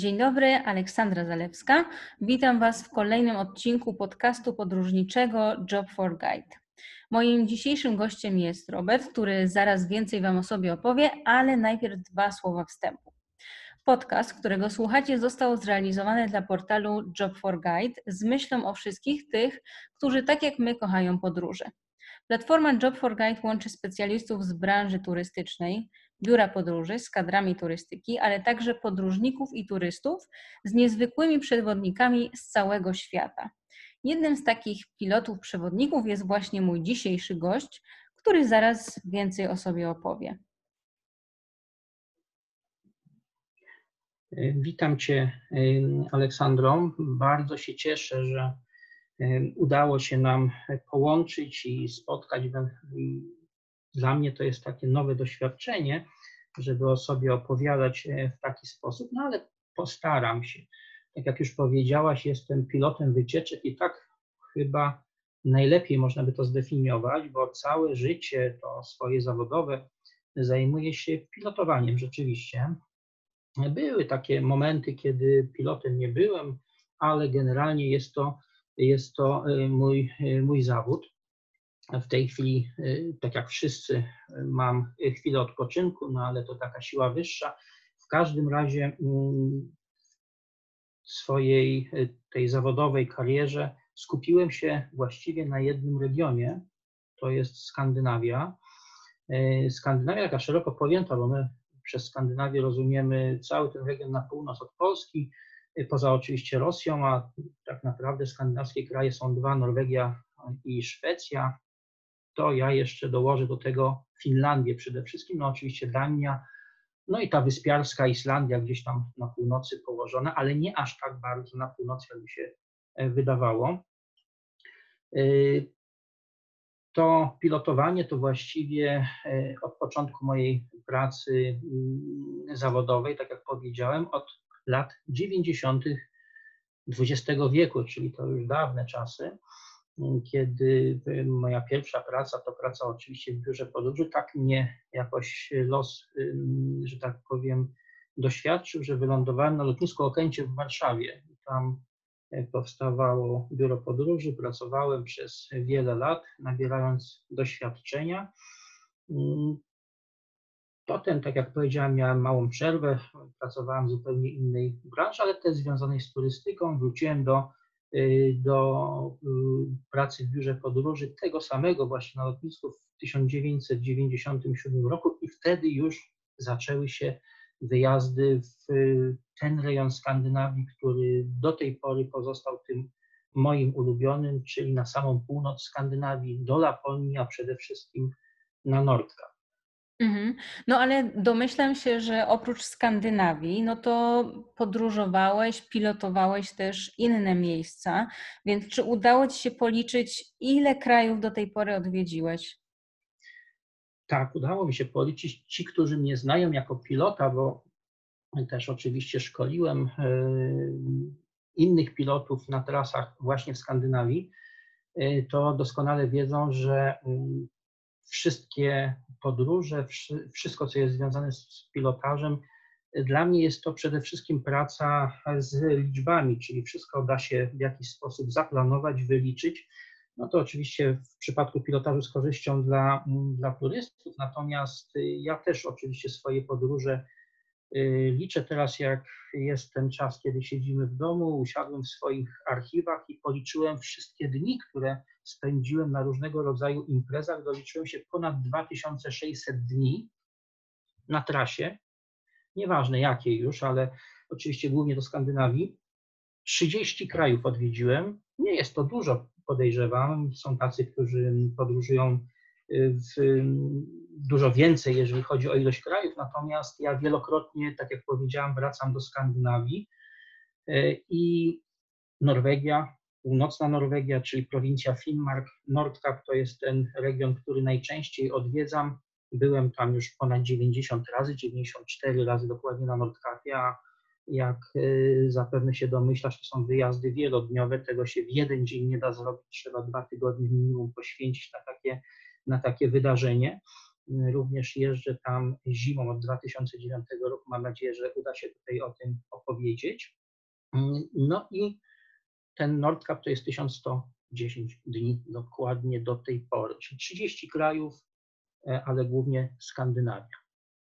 Dzień dobry, Aleksandra Zalewska. Witam Was w kolejnym odcinku podcastu podróżniczego Job for Guide. Moim dzisiejszym gościem jest Robert, który zaraz więcej Wam o sobie opowie, ale najpierw 2 słowa wstępu. Podcast, którego słuchacie, został zrealizowany dla portalu Job for Guide z myślą o wszystkich tych, którzy tak jak my kochają podróże. Platforma Job for Guide łączy specjalistów z branży turystycznej, biura podróży z kadrami turystyki, ale także podróżników i turystów z niezwykłymi przewodnikami z całego świata. Jednym z takich pilotów przewodników jest właśnie mój dzisiejszy gość, który zaraz więcej o sobie opowie. Witam Cię, Aleksandro. Bardzo się cieszę, że udało się nam połączyć i spotkać. Dla mnie to jest takie nowe doświadczenie, żeby o sobie opowiadać w taki sposób, no ale postaram się. Tak jak już powiedziałaś, jestem pilotem wycieczek i tak chyba najlepiej można by to zdefiniować, bo całe życie to swoje zawodowe zajmuję się pilotowaniem rzeczywiście. Były takie momenty, kiedy pilotem nie byłem, ale generalnie jest to mój zawód. W tej chwili, tak jak wszyscy, mam chwilę odpoczynku, no ale to taka siła wyższa. W każdym razie w swojej tej zawodowej karierze skupiłem się właściwie na jednym regionie, to jest Skandynawia. Skandynawia taka szeroko pojęta, bo my przez Skandynawię rozumiemy cały ten region na północ od Polski, poza oczywiście Rosją, a tak naprawdę skandynawskie kraje są 2, Norwegia i Szwecja. To ja jeszcze dołożę do tego Finlandię przede wszystkim, no oczywiście Dania, no i ta wyspiarska Islandia gdzieś tam na północy położona, ale nie aż tak bardzo na północy, jakby się wydawało. To pilotowanie to właściwie od początku mojej pracy zawodowej, tak jak powiedziałem, od lat 90. XX wieku, czyli to już dawne czasy, kiedy moja pierwsza praca to praca oczywiście w biurze podróży. Tak mnie jakoś los, że tak powiem, doświadczył, że wylądowałem na lotnisku Okęcie w Warszawie. Tam powstawało biuro podróży, pracowałem przez wiele lat, nabierając doświadczenia. Potem, tak jak powiedziałem, miałem małą przerwę, pracowałem w zupełnie innej branży, ale też związanej z turystyką. Wróciłem do pracy w biurze podróży tego samego właśnie na lotnisku w 1997 roku i wtedy już zaczęły się wyjazdy w ten rejon Skandynawii, który do tej pory pozostał tym moim ulubionym, czyli na samą północ Skandynawii, do Laponii, a przede wszystkim na Nordkap. No ale domyślam się, że oprócz Skandynawii, no to podróżowałeś, pilotowałeś też inne miejsca, więc czy udało Ci się policzyć, ile krajów do tej pory odwiedziłeś? Tak, udało mi się policzyć. Ci, którzy mnie znają jako pilota, bo też oczywiście szkoliłem innych pilotów na trasach właśnie w Skandynawii, to doskonale wiedzą, że wszystkie podróże, wszystko, co jest związane z pilotażem, dla mnie jest to przede wszystkim praca z liczbami, czyli wszystko da się w jakiś sposób zaplanować, wyliczyć. No to oczywiście w przypadku pilotażu z korzyścią dla turystów, natomiast ja też oczywiście swoje podróże liczę teraz, jak jest ten czas, kiedy siedzimy w domu, usiadłem w swoich archiwach i policzyłem wszystkie dni, które spędziłem na różnego rodzaju imprezach. Doliczyłem się ponad 2600 dni na trasie, nieważne jakiej już, ale oczywiście głównie do Skandynawii. 30 krajów odwiedziłem. Nie jest to dużo, podejrzewam. Są tacy, którzy podróżują dużo więcej, jeżeli chodzi o ilość krajów, natomiast ja wielokrotnie, tak jak powiedziałam, wracam do Skandynawii i Norwegia, północna Norwegia, czyli prowincja Finnmark, Nordkap to jest ten region, który najczęściej odwiedzam. Byłem tam już ponad 90 razy, 94 razy dokładnie na Nordkapie, a jak zapewne się domyślasz, to są wyjazdy wielodniowe, tego się w jeden dzień nie da zrobić, trzeba 2 tygodnie minimum poświęcić na takie wydarzenie. Również jeżdżę tam zimą od 2009 roku. Mam nadzieję, że uda się tutaj o tym opowiedzieć. No i ten Nordkap to jest 1110 dni dokładnie do tej pory, czyli 30 krajów, ale głównie Skandynawia.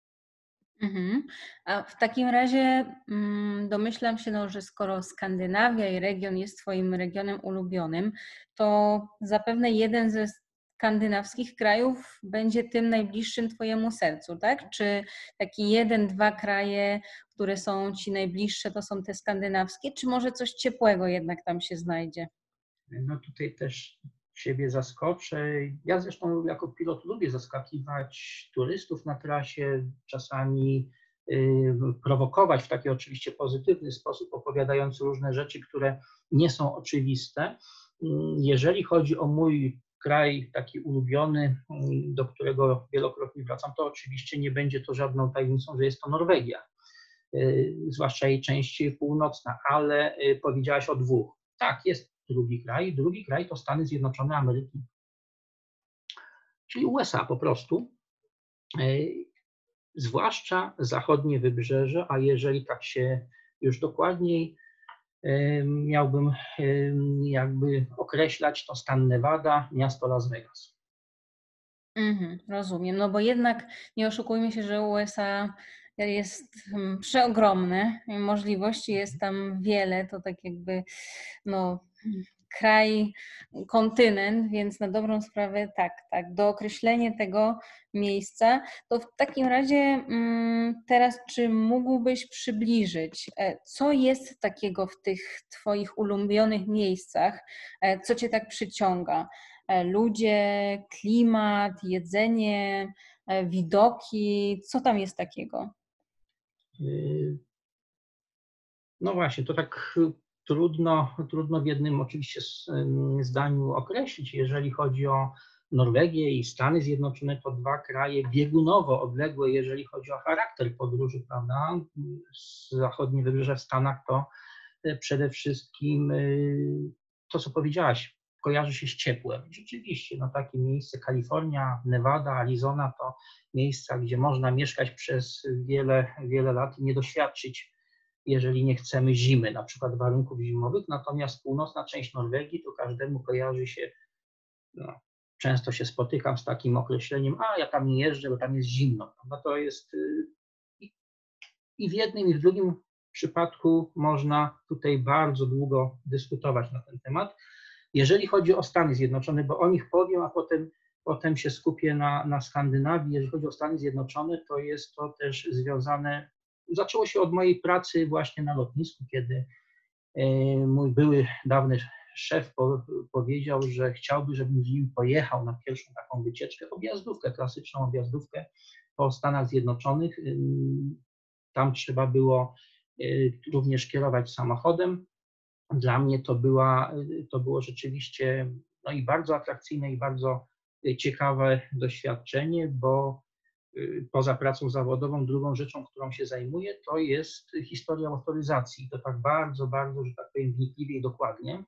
A w takim razie domyślam się, no, że skoro Skandynawia i region jest Twoim regionem ulubionym, to zapewne jeden ze skandynawskich krajów będzie tym najbliższym Twojemu sercu, tak? Czy taki jeden, dwa kraje, które są Ci najbliższe, to są te skandynawskie, czy może coś ciepłego jednak tam się znajdzie? No tutaj też Ciebie zaskoczę. Ja zresztą jako pilot lubię zaskakiwać turystów na trasie, czasami prowokować w taki oczywiście pozytywny sposób, opowiadając różne rzeczy, które nie są oczywiste. Jeżeli chodzi o mój kraj taki ulubiony, do którego wielokrotnie wracam, to oczywiście nie będzie to żadną tajemnicą, że jest to Norwegia, zwłaszcza jej część północna, ale powiedziałaś o dwóch. Tak, jest drugi kraj. Drugi kraj to Stany Zjednoczone Ameryki, czyli USA po prostu. Zwłaszcza zachodnie wybrzeże, a jeżeli tak się już dokładniej miałbym jakby określać, to stan Nevada, miasto Las Vegas. Rozumiem, no bo jednak nie oszukujmy się, że USA jest przeogromne, możliwości jest tam wiele, to tak jakby no, kraj, kontynent, więc na dobrą sprawę tak, do określenia tego miejsca, to w takim razie teraz czy mógłbyś przybliżyć, co jest takiego w tych Twoich ulubionych miejscach, co Cię tak przyciąga? Ludzie, klimat, jedzenie, widoki, co tam jest takiego? No właśnie, to tak trudno w jednym oczywiście zdaniu określić. Jeżeli chodzi o Norwegię i Stany Zjednoczone, to dwa kraje biegunowo odległe, jeżeli chodzi o charakter podróży, prawda? Zachodnie wybrzeże w Stanach to przede wszystkim to, co powiedziałaś, kojarzy się z ciepłem. Rzeczywiście, no takie miejsce, Kalifornia, Nevada, Arizona to miejsca, gdzie można mieszkać przez wiele lat i nie doświadczyć, jeżeli nie chcemy zimy, na przykład warunków zimowych, natomiast północna część Norwegii to każdemu kojarzy się, no, często się spotykam z takim określeniem, a ja tam nie jeżdżę, bo tam jest zimno. No to jest i w jednym i w drugim przypadku można tutaj bardzo długo dyskutować na ten temat. Jeżeli chodzi o Stany Zjednoczone, bo o nich powiem, a potem się skupię na Skandynawii. Jeżeli chodzi o Stany Zjednoczone, to jest to też związane, zaczęło się od mojej pracy właśnie na lotnisku, kiedy mój były dawny szef powiedział, że chciałby, żebym z nim pojechał na pierwszą taką wycieczkę, objazdówkę, klasyczną objazdówkę po Stanach Zjednoczonych. Tam trzeba było również kierować samochodem. Dla mnie to było rzeczywiście no i bardzo atrakcyjne i bardzo ciekawe doświadczenie, bo poza pracą zawodową drugą rzeczą, którą się zajmuję, to jest historia motoryzacji. To tak bardzo, że tak powiem, wnikliwie i dokładnie.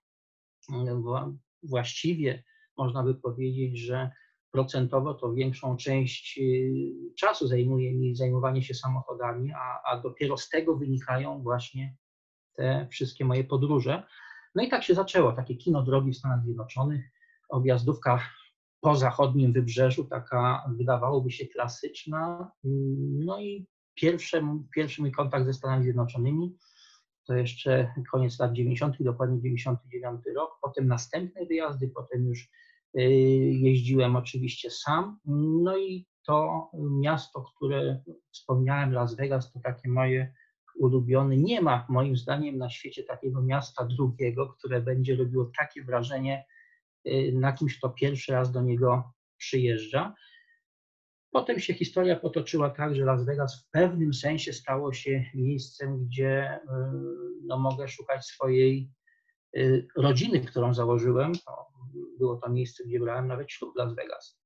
Właściwie można by powiedzieć, że procentowo to większą część czasu zajmuje mi zajmowanie się samochodami, a dopiero z tego wynikają właśnie te wszystkie moje podróże. No i tak się zaczęło, takie kino drogi w Stanach Zjednoczonych, objazdówka po zachodnim wybrzeżu, taka wydawałoby się klasyczna. No i pierwszy mój kontakt ze Stanami Zjednoczonymi to jeszcze koniec lat 90., dokładnie 99 rok. Potem następne wyjazdy, potem już jeździłem oczywiście sam. No i to miasto, które wspomniałem, Las Vegas, to takie moje ulubione. Nie ma moim zdaniem na świecie takiego miasta drugiego, które będzie robiło takie wrażenie na kimś, kto pierwszy raz do niego przyjeżdża. Potem się historia potoczyła tak, że Las Vegas w pewnym sensie stało się miejscem, gdzie no, mogę szukać swojej rodziny, którą założyłem. Było to miejsce, gdzie brałem nawet ślub w Las Vegas.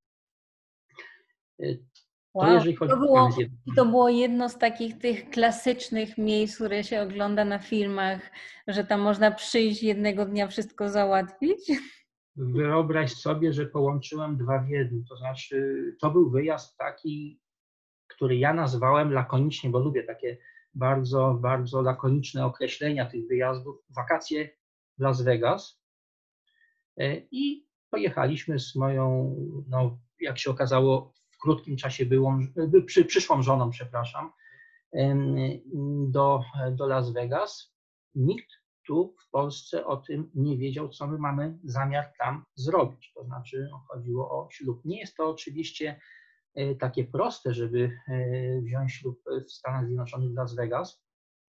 Wow. To jeżeli chodzi o Stany Zjednoczone. To było jedno z takich tych klasycznych miejsc, które się ogląda na filmach, że tam można przyjść jednego dnia wszystko załatwić? Wyobraź sobie, że połączyłem dwa w jednym. To znaczy, to był wyjazd taki, który ja nazwałem lakonicznie, bo lubię takie bardzo, bardzo lakoniczne określenia tych wyjazdów, wakacje w Las Vegas. I pojechaliśmy z moją, no, jak się okazało, w krótkim czasie przyszłą żoną, przepraszam, do Las Vegas. Nikt tu w Polsce o tym nie wiedział, co my mamy zamiar tam zrobić. To znaczy chodziło o ślub. Nie jest to oczywiście takie proste, żeby wziąć ślub w Stanach Zjednoczonych w Las Vegas.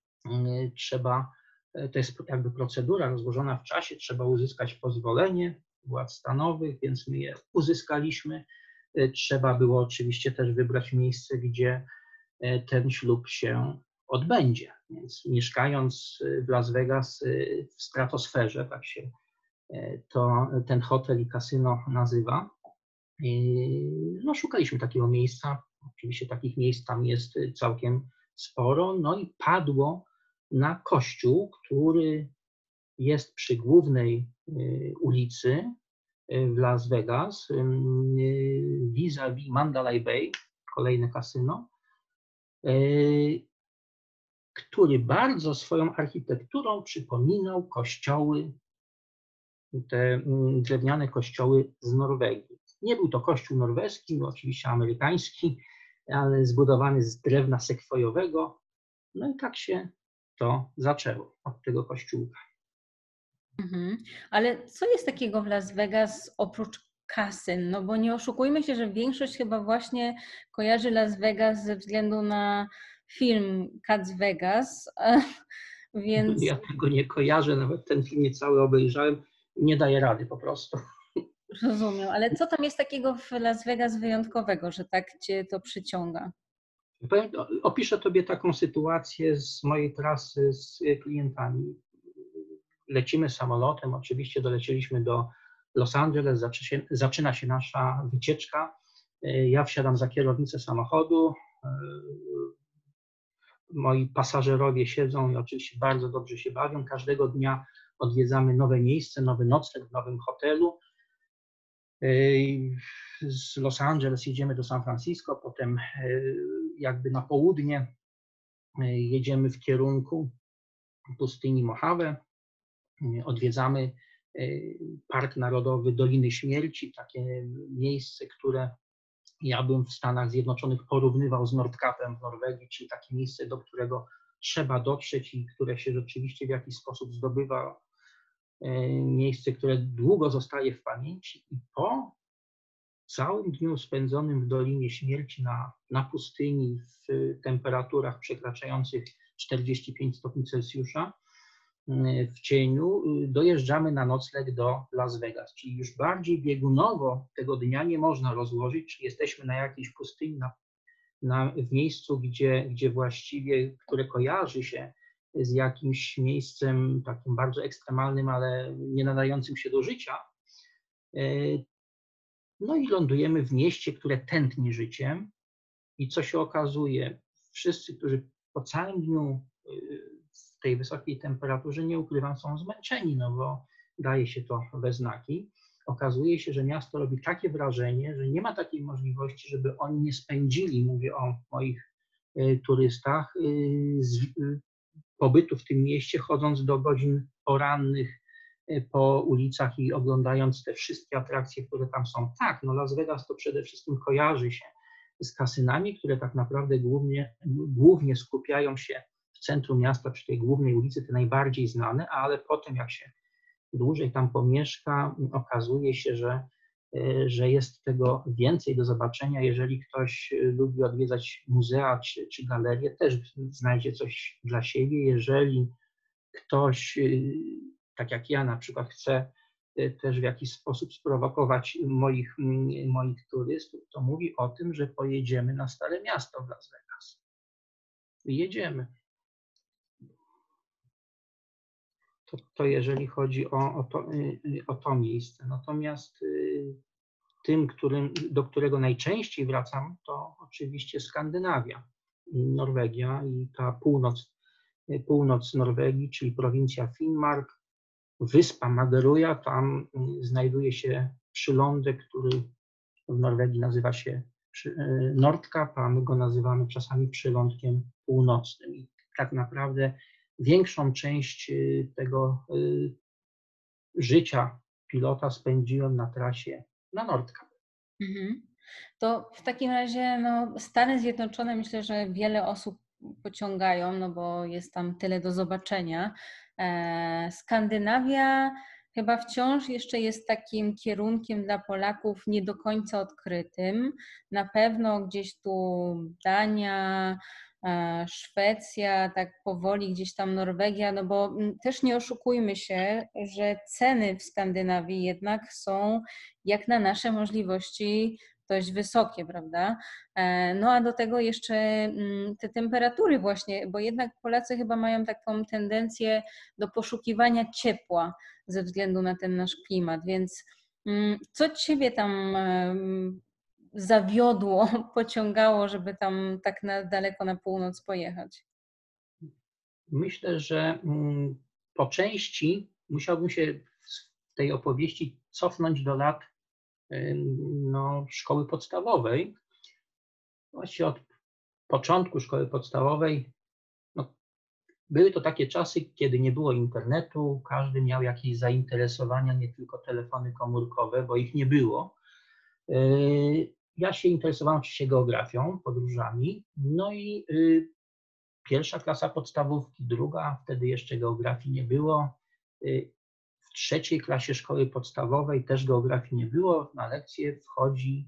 To jest jakby procedura rozłożona w czasie, trzeba uzyskać pozwolenie władz stanowych, więc my je uzyskaliśmy. Trzeba było oczywiście też wybrać miejsce, gdzie ten ślub się odbędzie. Więc mieszkając w Las Vegas w stratosferze, tak się ten hotel i kasyno nazywa, no szukaliśmy takiego miejsca. Oczywiście takich miejsc tam jest całkiem sporo. No i padło na kościół, który jest przy głównej ulicy w Las Vegas, vis-a-vis Mandalay Bay, kolejne kasyno, który bardzo swoją architekturą przypominał kościoły, te drewniane kościoły z Norwegii. Nie był to kościół norweski, był oczywiście amerykański, ale zbudowany z drewna sekwojowego. No i tak się to zaczęło od tego kościółka. Ale co jest takiego w Las Vegas oprócz kasyn? No bo nie oszukujmy się, że większość chyba właśnie kojarzy Las Vegas ze względu na film Cats Vegas, więc... Ja tego nie kojarzę, nawet ten film nie cały obejrzałem. Nie daje rady po prostu. Rozumiem, ale co tam jest takiego w Las Vegas wyjątkowego, że tak cię to przyciąga? Opiszę tobie taką sytuację z mojej trasy z klientami. Lecimy samolotem, oczywiście dolecieliśmy do Los Angeles, zaczyna się nasza wycieczka. Ja wsiadam za kierownicę samochodu, moi pasażerowie siedzą i oczywiście bardzo dobrze się bawią. Każdego dnia odwiedzamy nowe miejsce, nowy nocleg w nowym hotelu. Z Los Angeles jedziemy do San Francisco, potem jakby na południe jedziemy w kierunku pustyni Mojave. Odwiedzamy Park Narodowy Doliny Śmierci, takie miejsce, które ja bym w Stanach Zjednoczonych porównywał z Nordkapem w Norwegii, czyli takie miejsce, do którego trzeba dotrzeć i które się rzeczywiście w jakiś sposób zdobywa, miejsce, które długo zostaje w pamięci. I po całym dniu spędzonym w Dolinie Śmierci na pustyni w temperaturach przekraczających 45 stopni Celsjusza, w cieniu, dojeżdżamy na nocleg do Las Vegas, czyli już bardziej biegunowo tego dnia nie można rozłożyć, czyli jesteśmy na jakiejś pustyni, w miejscu, gdzie właściwie, które kojarzy się z jakimś miejscem takim bardzo ekstremalnym, ale nie nadającym się do życia. No i lądujemy w mieście, które tętni życiem i co się okazuje, wszyscy, którzy po całym dniu w tej wysokiej temperaturze, nie ukrywam, są zmęczeni, no bo daje się to we znaki. Okazuje się, że miasto robi takie wrażenie, że nie ma takiej możliwości, żeby oni nie spędzili, mówię o moich turystach, pobytu w tym mieście, chodząc do godzin porannych po ulicach i oglądając te wszystkie atrakcje, które tam są. Tak, no Las Vegas to przede wszystkim kojarzy się z kasynami, które tak naprawdę głównie skupiają się w centrum miasta, przy tej głównej ulicy, te najbardziej znane, ale potem jak się dłużej tam pomieszka, okazuje się, że jest tego więcej do zobaczenia. Jeżeli ktoś lubi odwiedzać muzea czy galerie, też znajdzie coś dla siebie. Jeżeli ktoś, tak jak ja na przykład, chce też w jakiś sposób sprowokować moich turystów, to mówi o tym, że pojedziemy na Stare Miasto w Las Vegas. Jedziemy. To jeżeli chodzi o to miejsce. Natomiast tym, do którego najczęściej wracam, to oczywiście Skandynawia, Norwegia i ta północ Norwegii, czyli prowincja Finnmark, wyspa Maderuja, tam znajduje się przylądek, który w Norwegii nazywa się Nordkap, a my go nazywamy czasami przylądkiem północnym. I tak naprawdę większą część tego życia pilota spędziłem na trasie na Nordkap. To w takim razie no, Stany Zjednoczone myślę, że wiele osób pociągają, no bo jest tam tyle do zobaczenia. Skandynawia chyba wciąż jeszcze jest takim kierunkiem dla Polaków nie do końca odkrytym. Na pewno gdzieś tu Dania, Szwecja, tak powoli gdzieś tam Norwegia, no bo też nie oszukujmy się, że ceny w Skandynawii jednak są jak na nasze możliwości dość wysokie, prawda? No a do tego jeszcze te temperatury właśnie, bo jednak Polacy chyba mają taką tendencję do poszukiwania ciepła ze względu na ten nasz klimat, więc co Ciebie tam zawiodło, pociągało, żeby tam tak daleko na północ pojechać? Myślę, że po części musiałbym się w tej opowieści cofnąć do lat szkoły podstawowej. Właściwie od początku szkoły podstawowej. Były to takie czasy, kiedy nie było internetu, każdy miał jakieś zainteresowania, nie tylko telefony komórkowe, bo ich nie było. Ja się interesowałem oczywiście geografią, podróżami, no i pierwsza klasa podstawówki, druga, wtedy jeszcze geografii nie było. W trzeciej klasie szkoły podstawowej też geografii nie było. Na lekcję wchodzi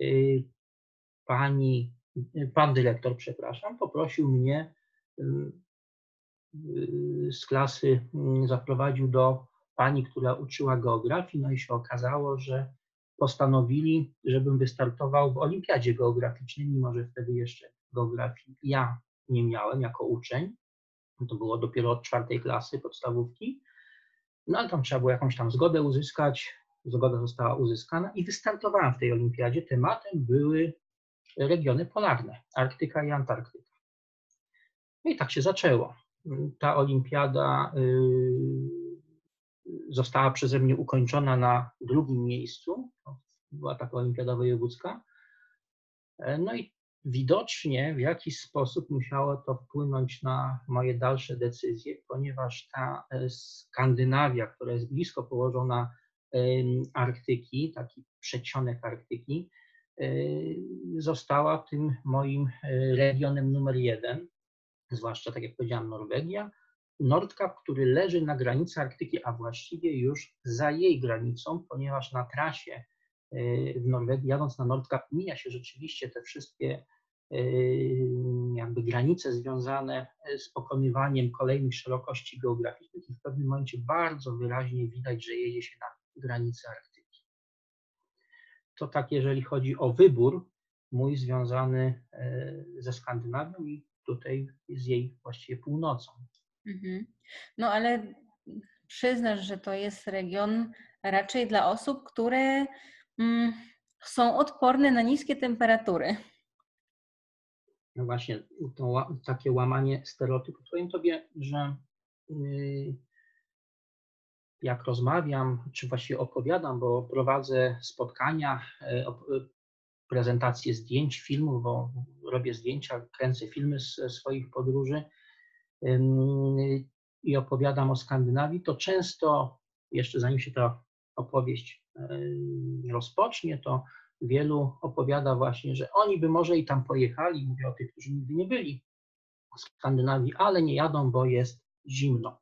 pan dyrektor, przepraszam, poprosił mnie z klasy, zaprowadził do pani, która uczyła geografii, no i się okazało, że postanowili, żebym wystartował w olimpiadzie geograficznej, mimo że wtedy jeszcze geografii ja nie miałem jako uczeń. To było dopiero od czwartej klasy podstawówki. No ale tam trzeba było jakąś tam zgodę uzyskać. Zgoda została uzyskana i wystartowałem w tej olimpiadzie. Tematem były regiony polarne, Arktyka i Antarktyka. No i tak się zaczęło. Ta olimpiada została przeze mnie ukończona na drugim miejscu. Była taka olimpiada wojewódzka. No i widocznie w jakiś sposób musiało to wpłynąć na moje dalsze decyzje, ponieważ ta Skandynawia, która jest blisko położona Arktyki, taki przedsionek Arktyki, została tym moim regionem numer 1, zwłaszcza, tak jak powiedziałem, Norwegia. Nordkap, który leży na granicy Arktyki, a właściwie już za jej granicą, ponieważ na trasie w Norwegii, jadąc na Nordkap, mija się rzeczywiście te wszystkie jakby granice związane z pokonywaniem kolejnych szerokości geograficznych i w pewnym momencie bardzo wyraźnie widać, że jedzie się na granicę Arktyki. To tak, jeżeli chodzi o wybór mój związany ze Skandynawią i tutaj z jej właściwie północą. No ale przyznasz, że to jest region raczej dla osób, które są odporne na niskie temperatury. No właśnie, to takie łamanie stereotypów. Powiem Tobie, że jak rozmawiam, czy właściwie opowiadam, bo prowadzę spotkania, prezentacje zdjęć, filmów, bo robię zdjęcia, kręcę filmy z swoich podróży i opowiadam o Skandynawii, to często, jeszcze zanim się ta opowieść rozpocznie, to wielu opowiada właśnie, że oni by może i tam pojechali, mówię o tych, którzy nigdy nie byli w Skandynawii, ale nie jadą, bo jest zimno.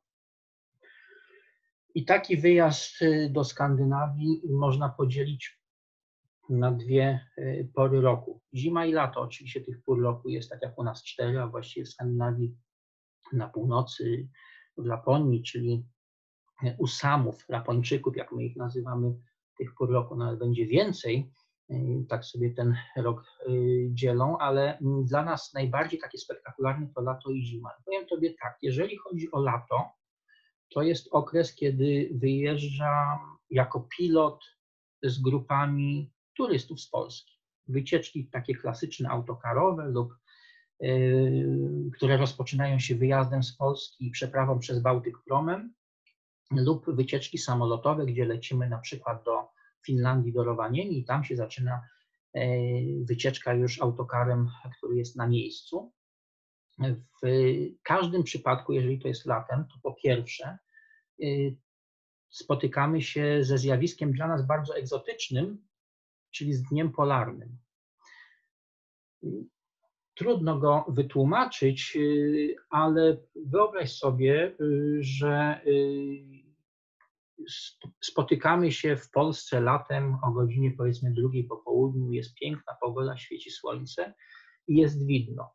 I taki wyjazd do Skandynawii można podzielić na dwie pory roku. Zima i lato. Oczywiście tych pór roku jest tak jak u nas 4, a właściwie w Skandynawii na północy, w Laponii, czyli u Samów, Lapończyków, jak my ich nazywamy, tych pór roku nawet będzie więcej. Tak sobie ten rok dzielą, ale dla nas najbardziej takie spektakularne to lato i zima. Powiem Tobie tak, jeżeli chodzi o lato, to jest okres, kiedy wyjeżdżam jako pilot z grupami turystów z Polski. Wycieczki takie klasyczne, autokarowe lub które rozpoczynają się wyjazdem z Polski i przeprawą przez Bałtyk promem. lub wycieczki samolotowe, gdzie lecimy na przykład do Finlandii, do Rovaniemi i tam się zaczyna wycieczka już autokarem, który jest na miejscu. W każdym przypadku, jeżeli to jest latem, to po pierwsze spotykamy się ze zjawiskiem dla nas bardzo egzotycznym, czyli z dniem polarnym. Trudno go wytłumaczyć, ale wyobraź sobie, że spotykamy się w Polsce latem o godzinie powiedzmy 2 po południu, jest piękna pogoda, świeci słońce i jest widno.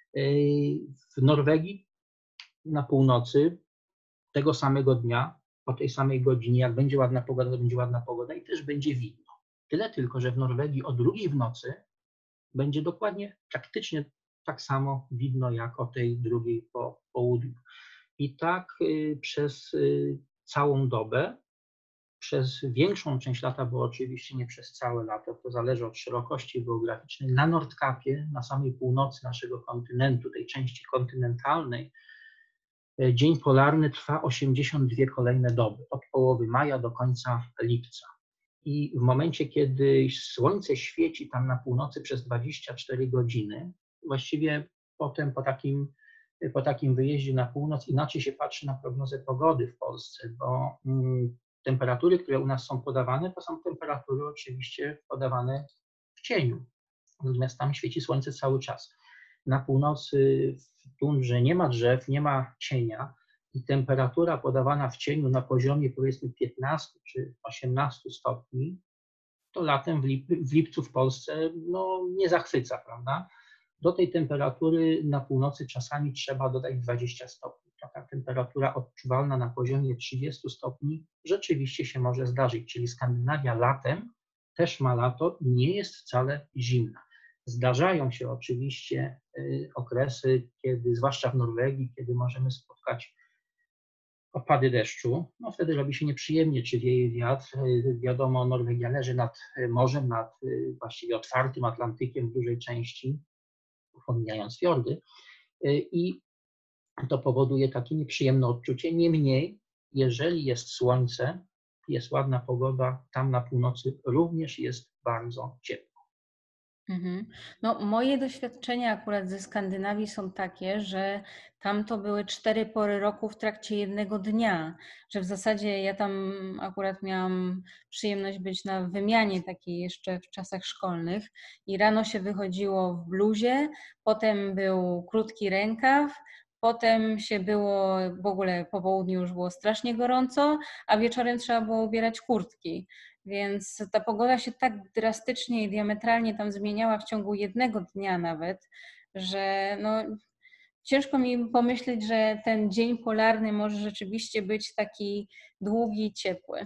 W Norwegii na północy tego samego dnia, o tej samej godzinie, jak będzie ładna pogoda, to będzie ładna pogoda i też będzie widno. Tyle tylko, że w Norwegii o 2 w nocy będzie dokładnie, praktycznie tak samo widno jak o tej 2 po południu. I tak przez całą dobę, przez większą część lata, bo oczywiście nie przez całe lato, to zależy od szerokości geograficznej, na Nordkapie, na samej północy naszego kontynentu, tej części kontynentalnej, dzień polarny trwa 82 kolejne doby, od połowy maja do końca lipca. I w momencie, kiedy słońce świeci tam na północy przez 24 godziny, właściwie potem po takim wyjeździe na północ inaczej się patrzy na prognozę pogody w Polsce, bo temperatury, które u nas są podawane, to są temperatury oczywiście podawane w cieniu, natomiast tam świeci słońce cały czas. Na północy w tundrze nie ma drzew, nie ma cienia i temperatura podawana w cieniu na poziomie powiedzmy 15 czy 18 stopni, to latem w lipcu w Polsce no, nie zachwyca, prawda? Do tej temperatury na północy czasami trzeba dodać 20 stopni. Taka temperatura odczuwalna na poziomie 30 stopni rzeczywiście się może zdarzyć, czyli Skandynawia latem też ma lato i nie jest wcale zimna. Zdarzają się oczywiście okresy, kiedy, zwłaszcza w Norwegii, kiedy możemy spotkać opady deszczu. No wtedy robi się nieprzyjemnie, czy wieje wiatr. Wiadomo, Norwegia leży nad morzem, nad właściwie otwartym Atlantykiem w dużej części, pomijając fiordy. I to powoduje takie nieprzyjemne odczucie. Niemniej, jeżeli jest słońce, jest ładna pogoda, tam na północy również jest bardzo ciepło. No, moje doświadczenia akurat ze Skandynawii są takie, że tam to były 4 pory roku w trakcie jednego dnia, że w zasadzie ja tam akurat miałam przyjemność być na wymianie takiej jeszcze w czasach szkolnych i rano się wychodziło w bluzie, potem był krótki rękaw, potem się było, w ogóle po południu już było strasznie gorąco, a wieczorem trzeba było ubierać kurtki. Więc ta pogoda się tak drastycznie i diametralnie tam zmieniała w ciągu jednego dnia nawet, że no, ciężko mi pomyśleć, że ten dzień polarny może rzeczywiście być taki długi i ciepły.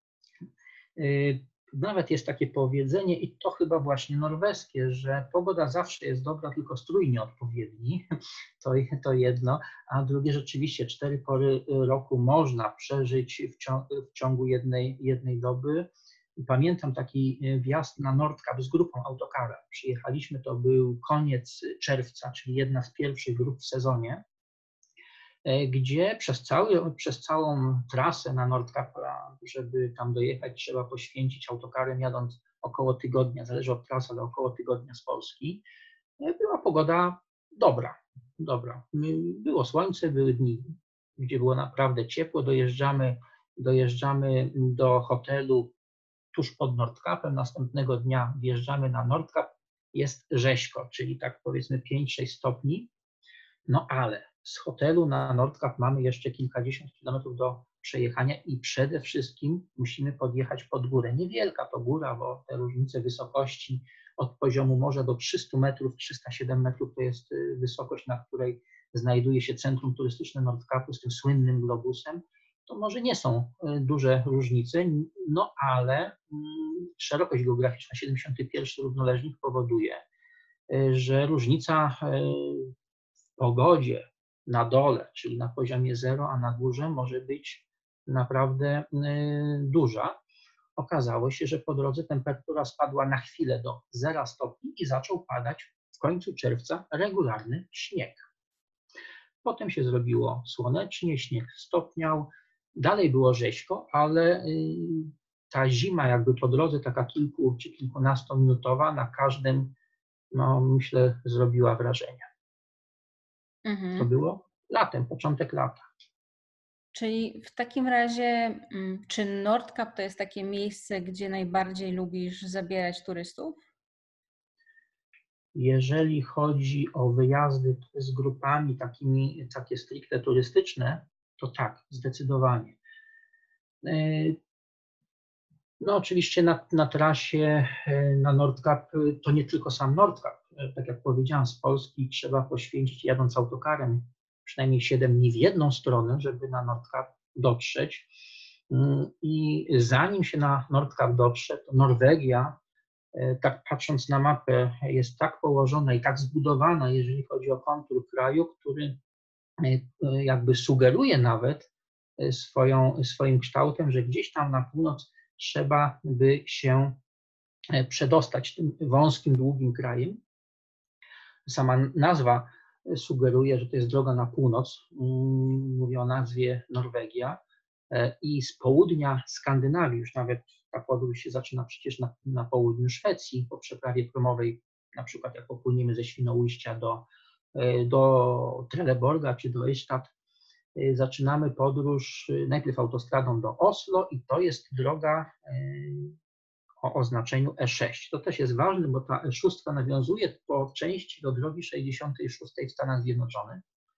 Nawet jest takie powiedzenie, i to chyba właśnie norweskie, że pogoda zawsze jest dobra, tylko strój nieodpowiedni. To jedno, a drugie, rzeczywiście 4 pory roku można przeżyć w ciągu jednej doby. Pamiętam taki wjazd na Nordkap z grupą autokara. Przyjechaliśmy, to był koniec czerwca, czyli jedna z pierwszych grup w sezonie, gdzie przez całą trasę na Nordkap, żeby tam dojechać, trzeba poświęcić autokarem, jadąc około tygodnia, zależy od trasy, ale około tygodnia z Polski. Była pogoda dobra. Było słońce, były dni, gdzie było naprawdę ciepło. Dojeżdżamy do hotelu tuż pod Nordkapem, następnego dnia wjeżdżamy na Nordkap, jest rzeźko, czyli tak powiedzmy 5-6 stopni, no ale z hotelu na Nordkap mamy jeszcze kilkadziesiąt kilometrów do przejechania i przede wszystkim musimy podjechać pod górę. Niewielka to góra, bo te różnice wysokości od poziomu morza do 300 metrów, 307 metrów to jest wysokość, na której znajduje się centrum turystyczne Nordkapu z tym słynnym globusem. To może nie są duże różnice, no ale szerokość geograficzna, 71 równoleżnik powoduje, że różnica w pogodzie na dole, czyli na poziomie 0, a na górze może być naprawdę duża. Okazało się, że po drodze temperatura spadła na chwilę do 0 stopni i zaczął padać w końcu czerwca regularny śnieg. Potem się zrobiło słonecznie, śnieg stopniał, Dalej było rzeźko, ale ta zima jakby po drodze, taka kilku czy kilkunastominutowa, na każdym, no myślę, zrobiła wrażenie. To było latem, początek lata. Czyli w takim razie, czy Nordkap to jest takie miejsce, gdzie najbardziej lubisz zabierać turystów? Jeżeli chodzi o wyjazdy z grupami takie stricte turystyczne, to tak, zdecydowanie. No oczywiście na trasie, na Nordkap, to nie tylko sam Nordkap. Tak jak powiedziałam, z Polski trzeba poświęcić, jadąc autokarem, przynajmniej 7 dni w jedną stronę, żeby na Nordkap dotrzeć. I zanim się na Nordkap dotrze, to Norwegia, tak patrząc na mapę, jest tak położona i tak zbudowana, jeżeli chodzi o kontur kraju, który jakby sugeruje nawet swoim kształtem, że gdzieś tam na północ trzeba by się przedostać tym wąskim, długim krajem. Sama nazwa sugeruje, że to jest droga na północ. Mówię o nazwie Norwegia. I z południa Skandynawii, już nawet ta podróż się zaczyna przecież na południu Szwecji, po przeprawie promowej, na przykład jak popłyniemy ze Świnoujścia do Trelleborga czy do Ystad, zaczynamy podróż najpierw autostradą do Oslo i to jest droga o oznaczeniu E6. To też jest ważne, bo ta E6 nawiązuje po części do drogi 66 w Stanach Zjednoczonych.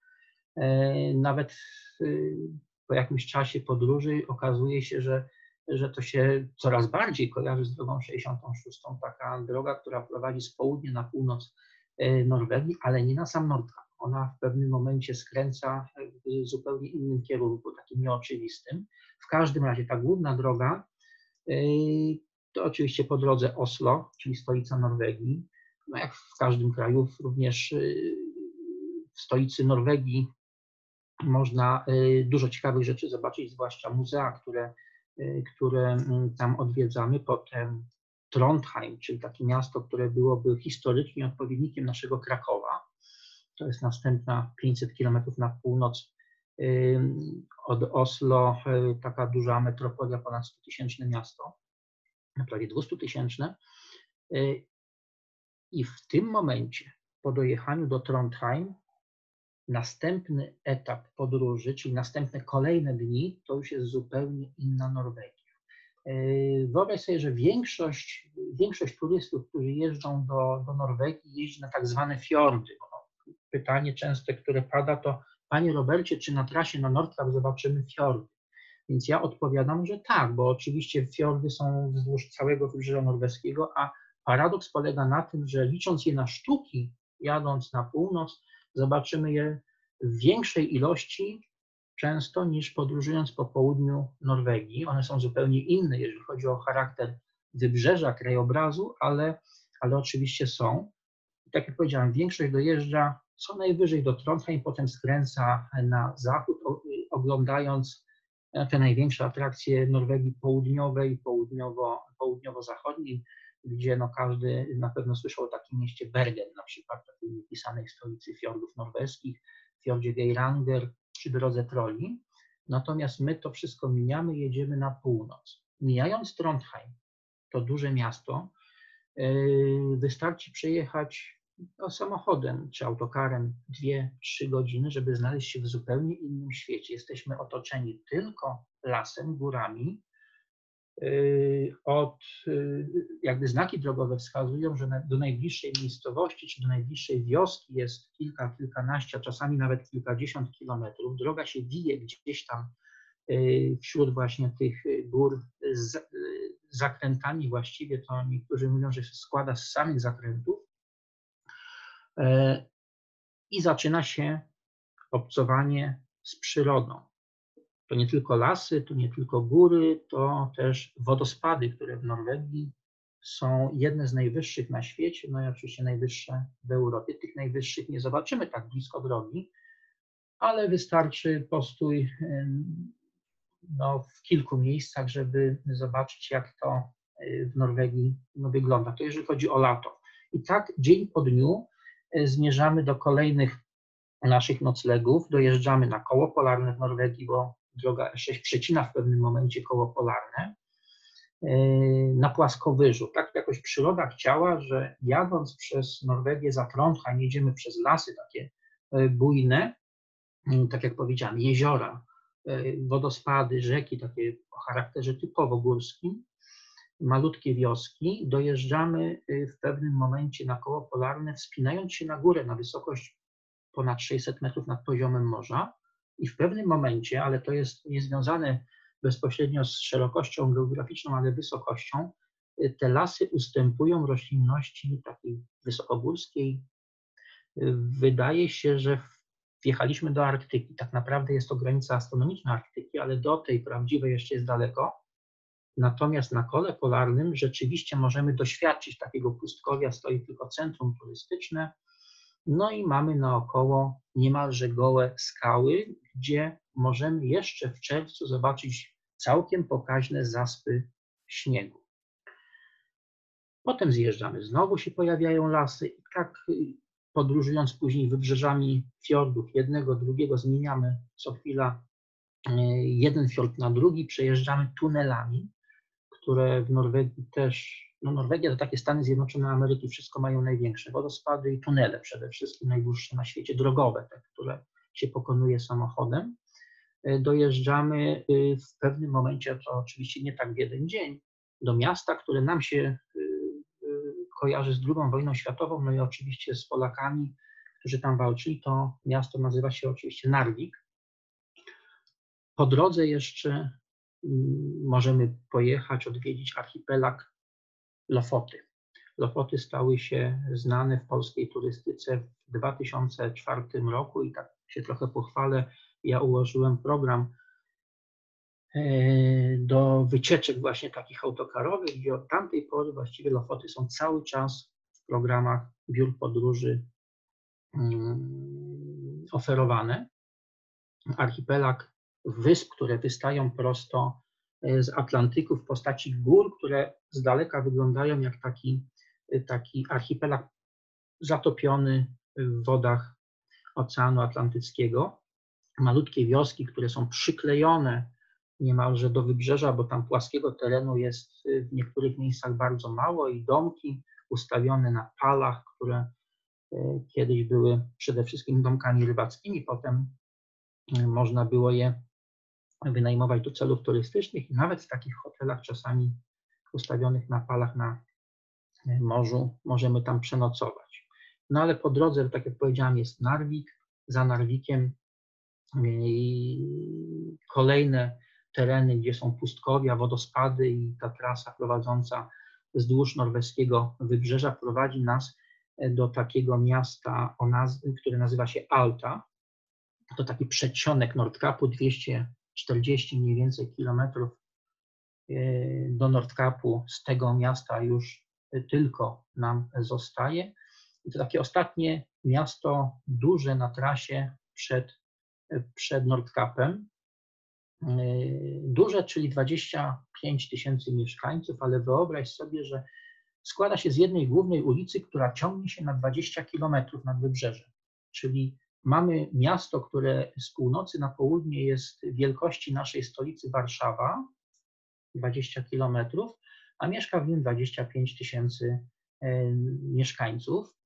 Nawet po jakimś czasie podróży okazuje się, że to się coraz bardziej kojarzy z drogą 66, taka droga, która prowadzi z południa na północ Norwegii, ale nie na sam Nordkap. Ona w pewnym momencie skręca w zupełnie innym kierunku, takim nieoczywistym. W każdym razie ta główna droga to oczywiście po drodze Oslo, czyli stolica Norwegii. No jak w każdym kraju, również w stolicy Norwegii można dużo ciekawych rzeczy zobaczyć, zwłaszcza muzea, które tam odwiedzamy. Potem Trondheim, czyli takie miasto, które byłoby historycznie odpowiednikiem naszego Krakowa. To jest następna 500 km na północ od Oslo, taka duża metropolia, ponad 100-tysięczne miasto, prawie 200-tysięczne. I w tym momencie, po dojechaniu do Trondheim, następny etap podróży, czyli następne kolejne dni, to już jest zupełnie inna Norwegia. Wyobraź sobie, że większość turystów, którzy jeżdżą do Norwegii, jeździ na tak zwane fiordy. Pytanie częste, które pada, to Panie Robercie, czy na trasie na Nordkap zobaczymy fiordy? Więc ja odpowiadam, że tak, bo oczywiście fiordy są wzdłuż całego wybrzeża norweskiego, a paradoks polega na tym, że licząc je na sztuki, jadąc na północ, zobaczymy je w większej ilości często niż podróżując po południu Norwegii. One są zupełnie inne, jeżeli chodzi o charakter wybrzeża, krajobrazu, ale oczywiście są. I tak jak powiedziałem, większość dojeżdża co najwyżej do Trondheim, potem skręca na zachód, oglądając te największe atrakcje Norwegii południowej, południowo-zachodniej, gdzie no każdy na pewno słyszał o takim mieście Bergen, na przykład takiej niepisanej stolicy fiordów norweskich, fiordzie Geiranger przy drodze Trolli. Natomiast my to wszystko mijamy, jedziemy na północ. Mijając Trondheim, to duże miasto, wystarczy przejechać samochodem czy autokarem 2-3 godziny, żeby znaleźć się w zupełnie innym świecie. Jesteśmy otoczeni tylko lasem, górami. Jakby znaki drogowe wskazują, że do najbliższej miejscowości czy do najbliższej wioski jest kilkanaście, a czasami nawet kilkadziesiąt kilometrów. Droga się wije gdzieś tam wśród właśnie tych gór z zakrętami. Właściwie to niektórzy mówią, że się składa z samych zakrętów. I zaczyna się obcowanie z przyrodą. To nie tylko lasy, to nie tylko góry, to też wodospady, które w Norwegii są jedne z najwyższych na świecie, no i oczywiście najwyższe w Europie. Tych najwyższych nie zobaczymy tak blisko drogi, ale wystarczy postój w kilku miejscach, żeby zobaczyć, jak to w Norwegii wygląda. To jeżeli chodzi o lato. I tak dzień po dniu zmierzamy do kolejnych naszych noclegów. Dojeżdżamy na koło polarne w Norwegii, bo droga E6 przecina w pewnym momencie koło polarne na płaskowyżu. Tak jakoś przyroda chciała, że jadąc przez Norwegię za Trondheim jedziemy przez lasy takie bujne, tak jak powiedziałem, jeziora, wodospady, rzeki takie o charakterze typowo górskim, malutkie wioski. Dojeżdżamy w pewnym momencie na koło polarne, wspinając się na górę na wysokość ponad 600 metrów nad poziomem morza i w pewnym momencie, ale to jest niezwiązane bezpośrednio z szerokością geograficzną, ale wysokością, te lasy ustępują roślinności takiej wysokogórskiej. Wydaje się, że wjechaliśmy do Arktyki. Tak naprawdę jest to granica astronomiczna Arktyki, ale do tej prawdziwej jeszcze jest daleko. Natomiast na kole polarnym rzeczywiście możemy doświadczyć takiego pustkowia, stoi tylko centrum turystyczne, no i mamy naokoło niemalże gołe skały, gdzie możemy jeszcze w czerwcu zobaczyć całkiem pokaźne zaspy śniegu. Potem zjeżdżamy, znowu się pojawiają lasy i tak podróżując później wybrzeżami fiordów, jednego, drugiego, zmieniamy co chwila jeden fiord na drugi, przejeżdżamy tunelami, które w Norwegii też, no Norwegia to takie Stany Zjednoczone Ameryki, wszystko mają największe wodospady i tunele przede wszystkim, najdłuższe na świecie, drogowe, te, które się pokonuje samochodem. Dojeżdżamy w pewnym momencie, to oczywiście nie tak w jeden dzień, do miasta, które nam się kojarzy z II wojną światową, no i oczywiście z Polakami, którzy tam walczyli. To miasto nazywa się oczywiście Narvik. Po drodze jeszcze możemy pojechać, odwiedzić archipelag Lofoty. Lofoty stały się znane w polskiej turystyce w 2004 roku i tak się trochę pochwalę, ja ułożyłem program do wycieczek właśnie takich autokarowych, gdzie od tamtej pory właściwie Lofoty są cały czas w programach biur podróży oferowane. Archipelag wysp, które wystają prosto z Atlantyku w postaci gór, które z daleka wyglądają jak taki archipelag zatopiony w wodach Oceanu Atlantyckiego. Malutkie wioski, które są przyklejone niemalże do wybrzeża, bo tam płaskiego terenu jest w niektórych miejscach bardzo mało i domki ustawione na palach, które kiedyś były przede wszystkim domkami rybackimi, potem można było je wynajmować do celów turystycznych i nawet w takich hotelach czasami ustawionych na palach na morzu możemy tam przenocować. No ale po drodze, tak jak powiedziałem, jest Narvik, za Narvikiem kolejne tereny, gdzie są pustkowia, wodospady i ta trasa prowadząca wzdłuż norweskiego wybrzeża prowadzi nas do takiego miasta, które nazywa się Alta. To taki przedsionek Nordkapu, 240 mniej więcej kilometrów do Nordkapu. Z tego miasta już tylko nam zostaje. I to takie ostatnie miasto duże na trasie przed Nordkapem. Duże, czyli 25 000 mieszkańców, ale wyobraź sobie, że składa się z jednej głównej ulicy, która ciągnie się na 20 kilometrów nad wybrzeżem. Czyli mamy miasto, które z północy na południe jest wielkości naszej stolicy Warszawa, 20 kilometrów, a mieszka w nim 25 000 mieszkańców.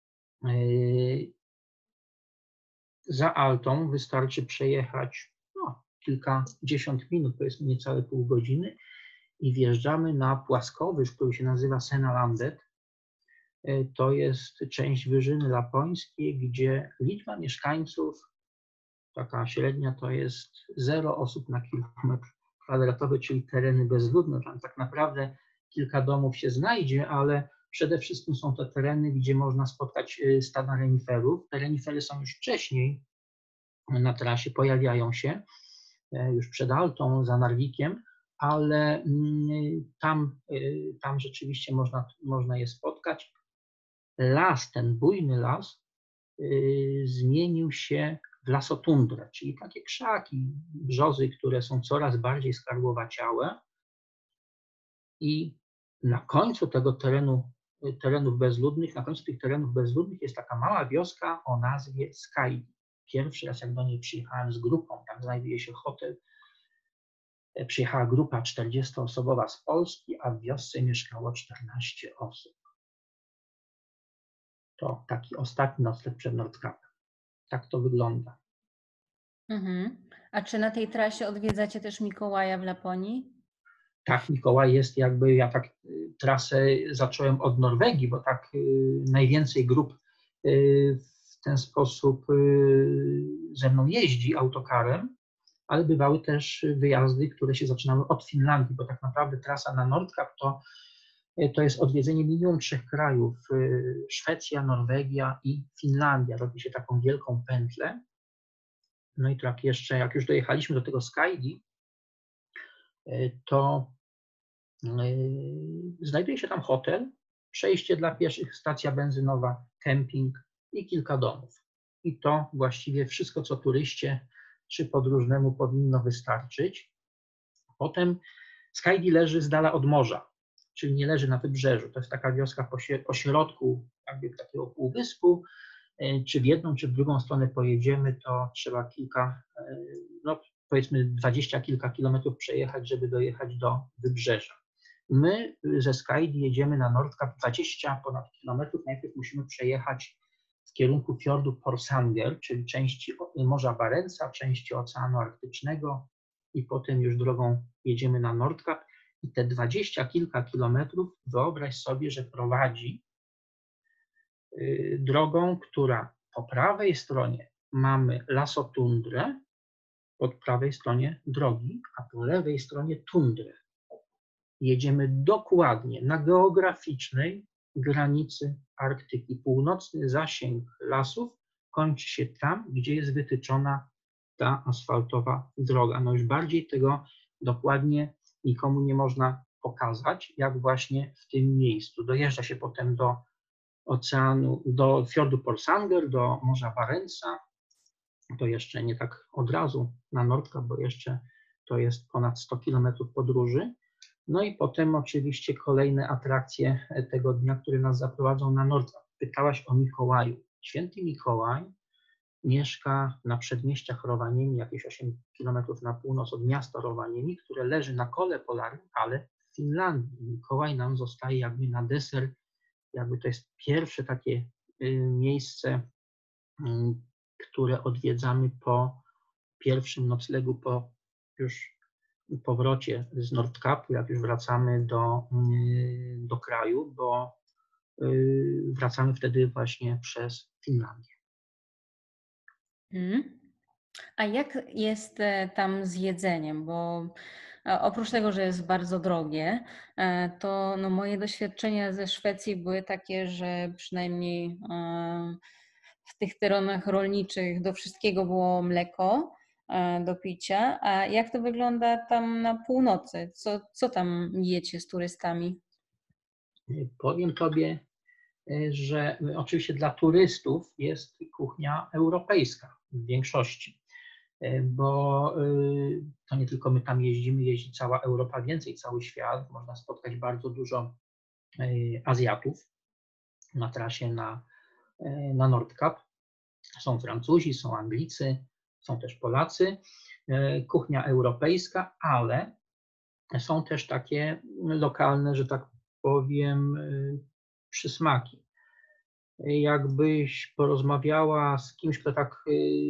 Za Altą wystarczy przejechać kilkadziesiąt minut, powiedzmy niecałe pół godziny i wjeżdżamy na płaskowyż, który się nazywa Senalandet. To jest część Wyżyny Lapońskiej, gdzie liczba mieszkańców, taka średnia, to jest 0 osób na kilometr kwadratowy, czyli tereny bezludne. Tam tak naprawdę kilka domów się znajdzie, ale przede wszystkim są to tereny, gdzie można spotkać stada reniferów. Te renifery są już wcześniej na trasie, pojawiają się już przed Altą, za Narvikiem, ale tam rzeczywiście można je spotkać. Las, ten bujny las zmienił się w lasotundrę, czyli takie krzaki, brzozy, które są coraz bardziej skarłowaciałe i na końcu tego terenów bezludnych, na końcu tych terenów bezludnych jest taka mała wioska o nazwie Skajdi. Pierwszy raz jak do niej przyjechałem z grupą, tam znajduje się hotel Przyjechała grupa 40-osobowa z Polski, a w wiosce mieszkało 14 osób. To taki ostatni nocleg przed Nordkapem. Tak to wygląda. A czy na tej trasie odwiedzacie też Mikołaja w Laponii? Tak, Mikołaj jest jakby, ja tak trasę zacząłem od Norwegii, bo tak najwięcej grup w ten sposób ze mną jeździ autokarem, ale bywały też wyjazdy, które się zaczynały od Finlandii, bo tak naprawdę trasa na Nordkap to jest odwiedzenie minimum 3 krajów, Szwecja, Norwegia i Finlandia. Robi się taką wielką pętlę. No i tak jeszcze, jak już dojechaliśmy do tego Skydi, to znajduje się tam hotel, przejście dla pieszych, stacja benzynowa, kemping i kilka domów. I to właściwie wszystko, co turyście czy podróżnemu powinno wystarczyć. Potem Skydi leży z dala od morza, czyli nie leży na wybrzeżu. To jest taka wioska po środku jakby takiego półwyspu. Czy w jedną, czy w drugą stronę pojedziemy, to trzeba kilka, no powiedzmy 20 kilka kilometrów przejechać, żeby dojechać do wybrzeża. My ze Skydi jedziemy na Nordkap 20 ponad kilometrów. Najpierw musimy przejechać w kierunku fiordu Porsanger, czyli części Morza Barentsa, części Oceanu Arktycznego i potem już drogą jedziemy na Nordkap. I te 20 kilka kilometrów wyobraź sobie, że prowadzi drogą, która po prawej stronie mamy lasotundrę, po prawej stronie drogi, a po lewej stronie tundrę. Jedziemy dokładnie na geograficznej granicy Arktyki. Północny zasięg lasów kończy się tam, gdzie jest wytyczona ta asfaltowa droga. No już bardziej tego dokładnie nikomu nie można pokazać, jak właśnie w tym miejscu. Dojeżdża się potem do oceanu, do fiordu Porsanger, do Morza Barentsa. To jeszcze nie tak od razu na Nordkap, bo jeszcze to jest ponad 100 km podróży. No i potem oczywiście kolejne atrakcje tego dnia, które nas zaprowadzą na Nordkap. Pytałaś o Mikołaju. Święty Mikołaj mieszka na przedmieściach Rovaniemi, jakieś 8 km na północ od miasta Rovaniemi, które leży na kole polarnym, ale w Finlandii. Mikołaj nam zostaje jakby na deser, jakby to jest pierwsze takie miejsce, które odwiedzamy po pierwszym noclegu, po już powrocie z Nordkapu, jak już wracamy do kraju, bo wracamy wtedy właśnie przez Finlandię. A jak jest tam z jedzeniem? Bo oprócz tego, że jest bardzo drogie, to no moje doświadczenia ze Szwecji były takie, że przynajmniej w tych terenach rolniczych do wszystkiego było mleko do picia. A jak to wygląda tam na północy? Co tam jecie z turystami? Powiem Tobie, że oczywiście dla turystów jest kuchnia europejska w większości, bo to nie tylko my tam jeździmy, jeździ cała Europa, więcej cały świat. Można spotkać bardzo dużo Azjatów na trasie na Nordkap. Są Francuzi, są Anglicy, są też Polacy. Kuchnia europejska, ale są też takie lokalne, że tak powiem, przysmaki. Jakbyś porozmawiała z kimś, kto tak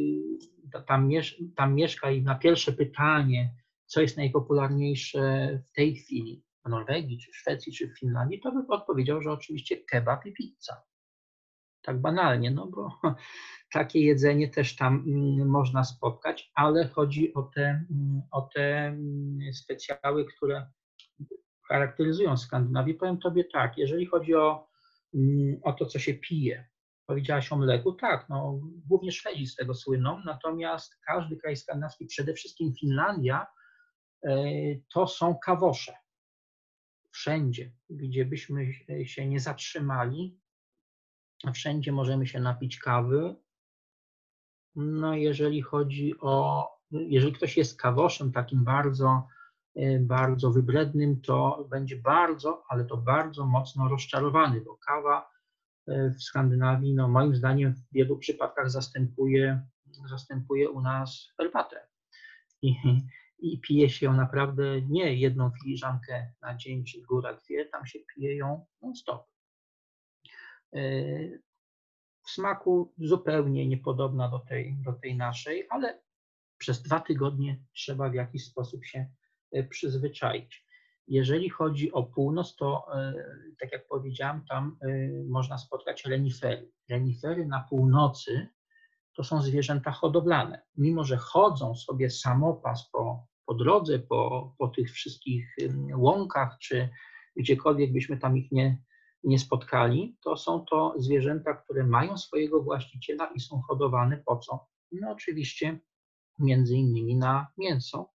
tam mieszka i na pierwsze pytanie, co jest najpopularniejsze w tej chwili w Norwegii, czy w Szwecji, czy w Finlandii, to by odpowiedział, że oczywiście kebab i pizza. Tak banalnie, no bo takie jedzenie też tam można spotkać, ale chodzi o te specjały, które charakteryzują Skandynawię. Powiem Tobie tak, jeżeli chodzi o to, co się pije, powiedziałaś o mleku, tak, no, głównie Szwedzi z tego słyną, natomiast każdy kraj skandynawski, przede wszystkim Finlandia, to są kawosze. Wszędzie, gdzie byśmy się nie zatrzymali, wszędzie możemy się napić kawy. No jeżeli ktoś jest kawoszem takim bardzo wybrednym, to będzie bardzo, ale to bardzo mocno rozczarowany, bo kawa w Skandynawii, no moim zdaniem w wielu przypadkach zastępuje u nas herbatę. i pije się ją naprawdę nie jedną filiżankę na dzień, czy góra dwie, tam się pije ją non-stop. W smaku zupełnie niepodobna do tej naszej, ale przez 2 tygodnie trzeba w jakiś sposób się przyzwyczaić. Jeżeli chodzi o północ, to tak jak powiedziałam, tam można spotkać renifery. Renifery na północy to są zwierzęta hodowlane. Mimo że chodzą sobie samopas po drodze, po tych wszystkich łąkach, czy gdziekolwiek byśmy tam ich nie spotkali, to są to zwierzęta, które mają swojego właściciela i są hodowane po co? No oczywiście między innymi na mięso.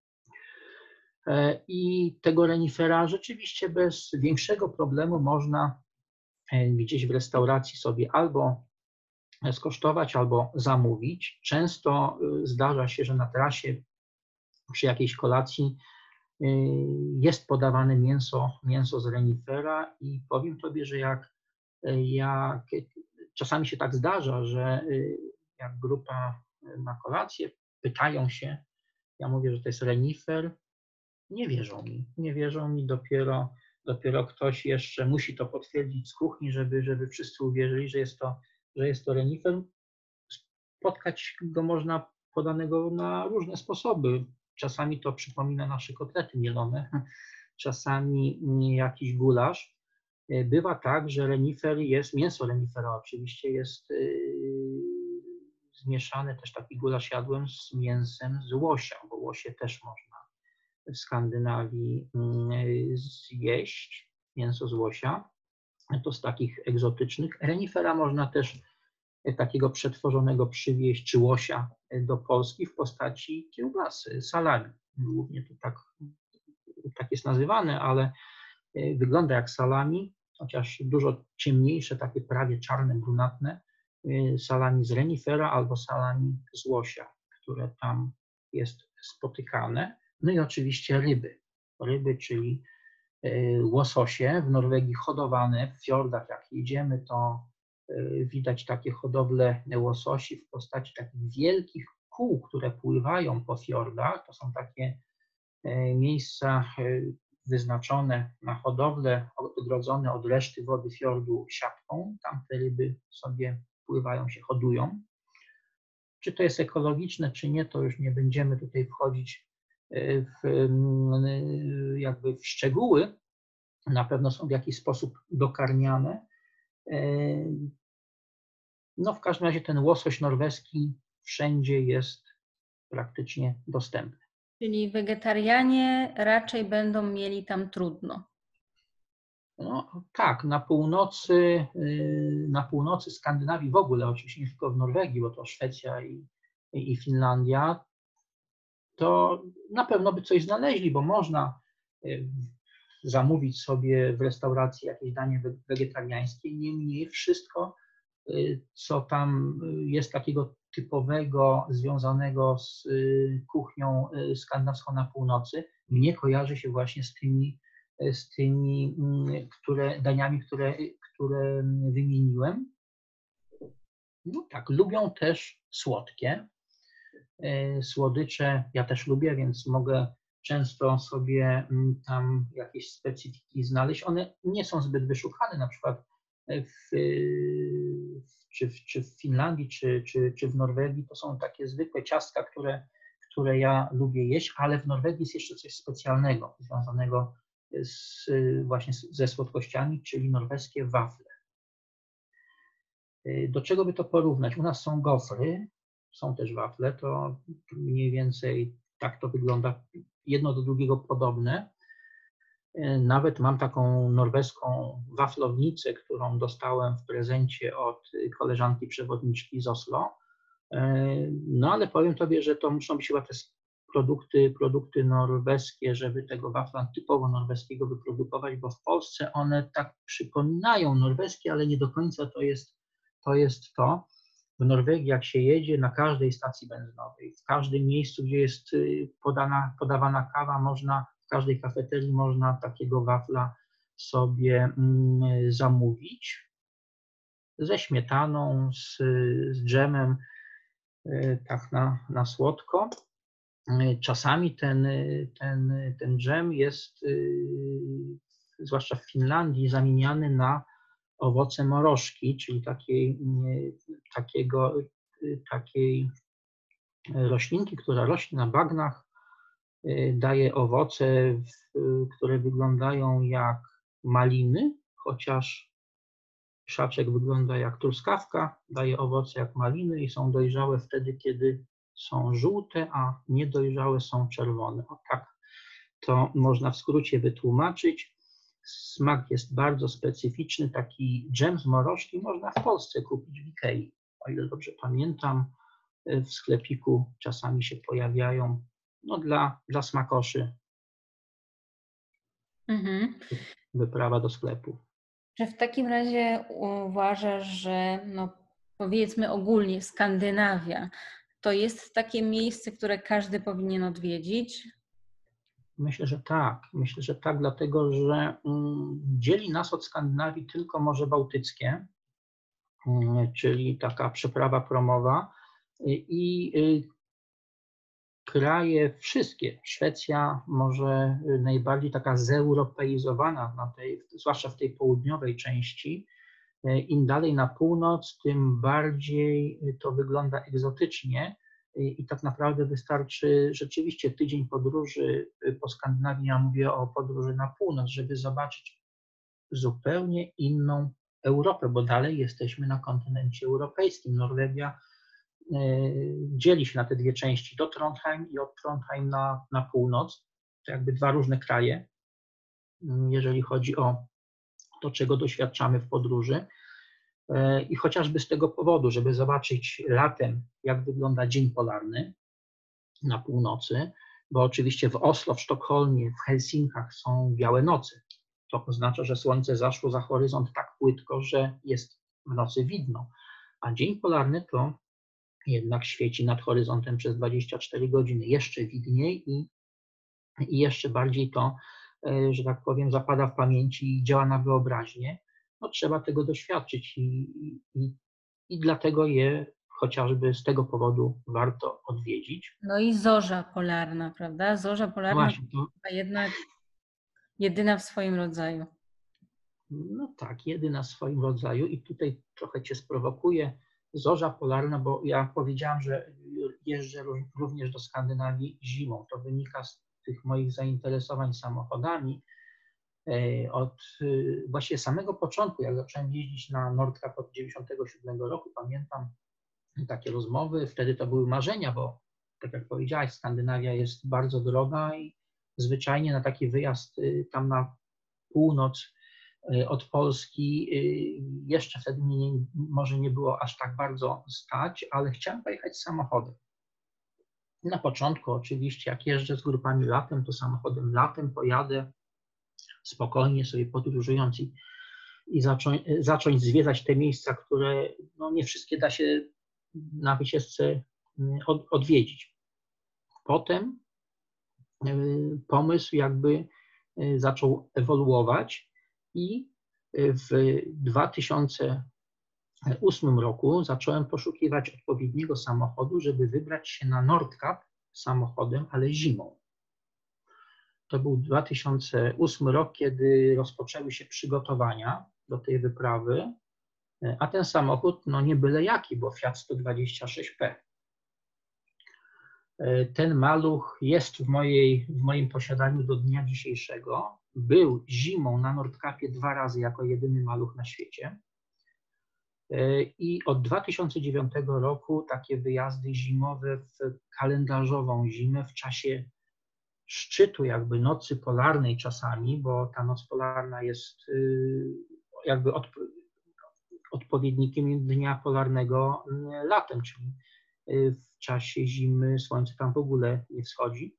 I tego renifera rzeczywiście bez większego problemu można gdzieś w restauracji sobie albo skosztować, albo zamówić. Często zdarza się, że na trasie przy jakiejś kolacji jest podawane mięso z renifera i powiem Tobie, że jak czasami się tak zdarza, że jak grupa na kolację pytają się, ja mówię, że to jest renifer, nie wierzą mi, dopiero ktoś jeszcze musi to potwierdzić z kuchni, żeby wszyscy uwierzyli, że jest to renifer. Spotkać go można podanego na różne sposoby. Czasami to przypomina nasze kotlety mielone, czasami jakiś gulasz. Bywa tak, że mięso renifera oczywiście jest zmieszane, też taki gulasz jadłem z mięsem z łosia, bo łosie też można w Skandynawii zjeść, mięso z łosia. To z takich egzotycznych. Renifera można też takiego przetworzonego przywieźć, czy łosia do Polski w postaci kiełbasy, salami. Głównie to tak jest nazywane, ale wygląda jak salami, chociaż dużo ciemniejsze, takie prawie czarne, brunatne, salami z renifera albo salami z łosia, które tam jest spotykane. No i oczywiście ryby. Ryby, czyli łososie w Norwegii hodowane w fiordach. Jak jedziemy, to widać takie hodowle łososi w postaci takich wielkich kół, które pływają po fiordach. To są takie miejsca wyznaczone na hodowlę, ogrodzone od reszty wody fiordu siatką. Tam te ryby sobie pływają, się hodują. Czy to jest ekologiczne, czy nie, to już nie będziemy tutaj wchodzić jakby w szczegóły. Na pewno są w jakiś sposób dokarmiane. No w każdym razie ten łosoś norweski wszędzie jest praktycznie dostępny. Czyli wegetarianie raczej będą mieli tam trudno. No, tak, na północy Skandynawii w ogóle, oczywiście nie tylko w Norwegii, bo to Szwecja i Finlandia, to na pewno by coś znaleźli, bo można zamówić sobie w restauracji jakieś danie wegetariańskie, niemniej wszystko, co tam jest takiego typowego, związanego z kuchnią skandynawską na północy, mnie kojarzy się właśnie z tymi daniami, które wymieniłem. No tak, lubią też słodkie. Słodycze ja też lubię, więc mogę często sobie tam jakieś specyfiki znaleźć. One nie są zbyt wyszukane, na przykład czy w Finlandii, czy w Norwegii to są takie zwykłe ciastka, które ja lubię jeść, ale w Norwegii jest jeszcze coś specjalnego, związanego właśnie ze słodkościami, czyli norweskie wafle. Do czego by to porównać? U nas są gofry, są też wafle, to mniej więcej tak to wygląda, jedno do drugiego podobne. Nawet mam taką norweską waflownicę, którą dostałem w prezencie od koleżanki przewodniczki z Oslo. No ale powiem Tobie, że to muszą być chyba te produkty norweskie, żeby tego wafla typowo norweskiego wyprodukować, bo w Polsce one tak przypominają norweskie, ale nie do końca to jest to. W Norwegii, jak się jedzie, na każdej stacji benzynowej, w każdym miejscu, gdzie jest podawana kawa, w każdej kafeterii można takiego wafla sobie zamówić ze śmietaną, z dżemem, tak na słodko. Czasami ten dżem jest, zwłaszcza w Finlandii, zamieniany na owoce morożki, czyli takiej roślinki, która rośnie na bagnach, daje owoce, które wyglądają jak maliny, chociaż krzaczek wygląda jak truskawka, daje owoce jak maliny i są dojrzałe wtedy, kiedy są żółte, a niedojrzałe są czerwone. O tak to można w skrócie wytłumaczyć. Smak jest bardzo specyficzny. Taki dżem z morożki można w Polsce kupić w Ikei. O ile dobrze pamiętam, w sklepiku czasami się pojawiają, no dla smakoszy. Wyprawa do sklepu. Czy w takim razie uważasz, że no powiedzmy ogólnie Skandynawia to jest takie miejsce, które każdy powinien odwiedzić? Myślę, że tak, dlatego że dzieli nas od Skandynawii tylko Morze Bałtyckie, czyli taka przeprawa promowa i kraje wszystkie. Szwecja może najbardziej taka zeuropeizowana, zwłaszcza w tej południowej części. Im dalej na północ, tym bardziej to wygląda egzotycznie i tak naprawdę wystarczy rzeczywiście tydzień podróży po Skandynawii, ja mówię o podróży na północ, żeby zobaczyć zupełnie inną Europę, bo dalej jesteśmy na kontynencie europejskim. Norwegia dzieli się na te dwie części, do Trondheim i od Trondheim na północ. To jakby dwa różne kraje, jeżeli chodzi o to, czego doświadczamy w podróży. I chociażby z tego powodu, żeby zobaczyć latem, jak wygląda dzień polarny na północy, bo oczywiście w Oslo, w Sztokholmie, w Helsinkach są białe noce. To oznacza, że słońce zaszło za horyzont tak płytko, że jest w nocy widno, a dzień polarny to jednak świeci nad horyzontem przez 24 godziny, jeszcze widniej i jeszcze bardziej to, że tak powiem, zapada w pamięci i działa na wyobraźnię. No, trzeba tego doświadczyć i dlatego je chociażby z tego powodu warto odwiedzić. No i zorza polarna, prawda? Zorza polarna Właśnie, to jednak jedyna w swoim rodzaju. No tak, jedyna w swoim rodzaju i tutaj trochę Cię sprowokuję. Zorza polarna, bo ja powiedziałam, że jeżdżę również do Skandynawii zimą. To wynika z tych moich zainteresowań samochodami. Od właściwie samego początku, jak zacząłem jeździć na Nordkapp od 1997 roku, pamiętam takie rozmowy, wtedy to były marzenia, bo tak jak powiedziałaś, Skandynawia jest bardzo droga i zwyczajnie na taki wyjazd tam na północ od Polski jeszcze wtedy mnie może nie było aż tak bardzo stać, ale chciałem pojechać samochodem. Na początku oczywiście, jak jeżdżę z grupami latem, to samochodem latem pojadę, spokojnie sobie podróżując i zacząć zwiedzać te miejsca, które no, nie wszystkie da się na wycieczce odwiedzić. Potem pomysł jakby zaczął ewoluować i w 2008 roku zacząłem poszukiwać odpowiedniego samochodu, żeby wybrać się na Nordkapp samochodem, ale zimą. To był 2008 rok, kiedy rozpoczęły się przygotowania do tej wyprawy, a ten samochód no nie byle jaki, bo Fiat 126P. Ten maluch jest w moim posiadaniu do dnia dzisiejszego. Był zimą na Nordkappie 2 razy jako jedyny maluch na świecie. I od 2009 roku takie wyjazdy zimowe w kalendarzową zimę w czasie szczytu jakby nocy polarnej czasami, bo ta noc polarna jest jakby odpowiednikiem dnia polarnego latem, czyli w czasie zimy słońce tam w ogóle nie wschodzi.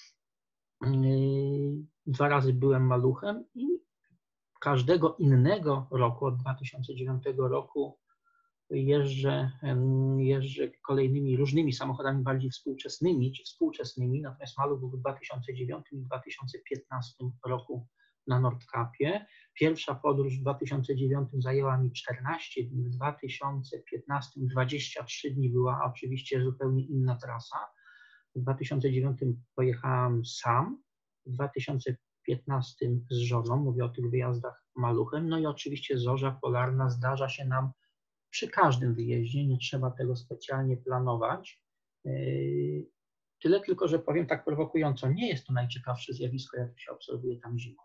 2 razy byłem maluchem i każdego innego roku, od 2009 roku jeżdżę kolejnymi różnymi samochodami bardziej współczesnymi, natomiast maluch był w 2009 i 2015 roku na Nordkappie. Pierwsza podróż w 2009 zajęła mi 14 dni, w 2015 23 dni była oczywiście zupełnie inna trasa. W 2009 pojechałem sam, w 2015 z żoną, mówię o tych wyjazdach maluchem, no i oczywiście zorza polarna zdarza się nam przy każdym wyjeździe, nie trzeba tego specjalnie planować. Tyle tylko, że powiem tak prowokująco, nie jest to najciekawsze zjawisko, jakie się obserwuje tam zimą.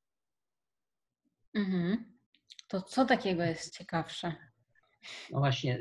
To co takiego jest ciekawsze? No właśnie,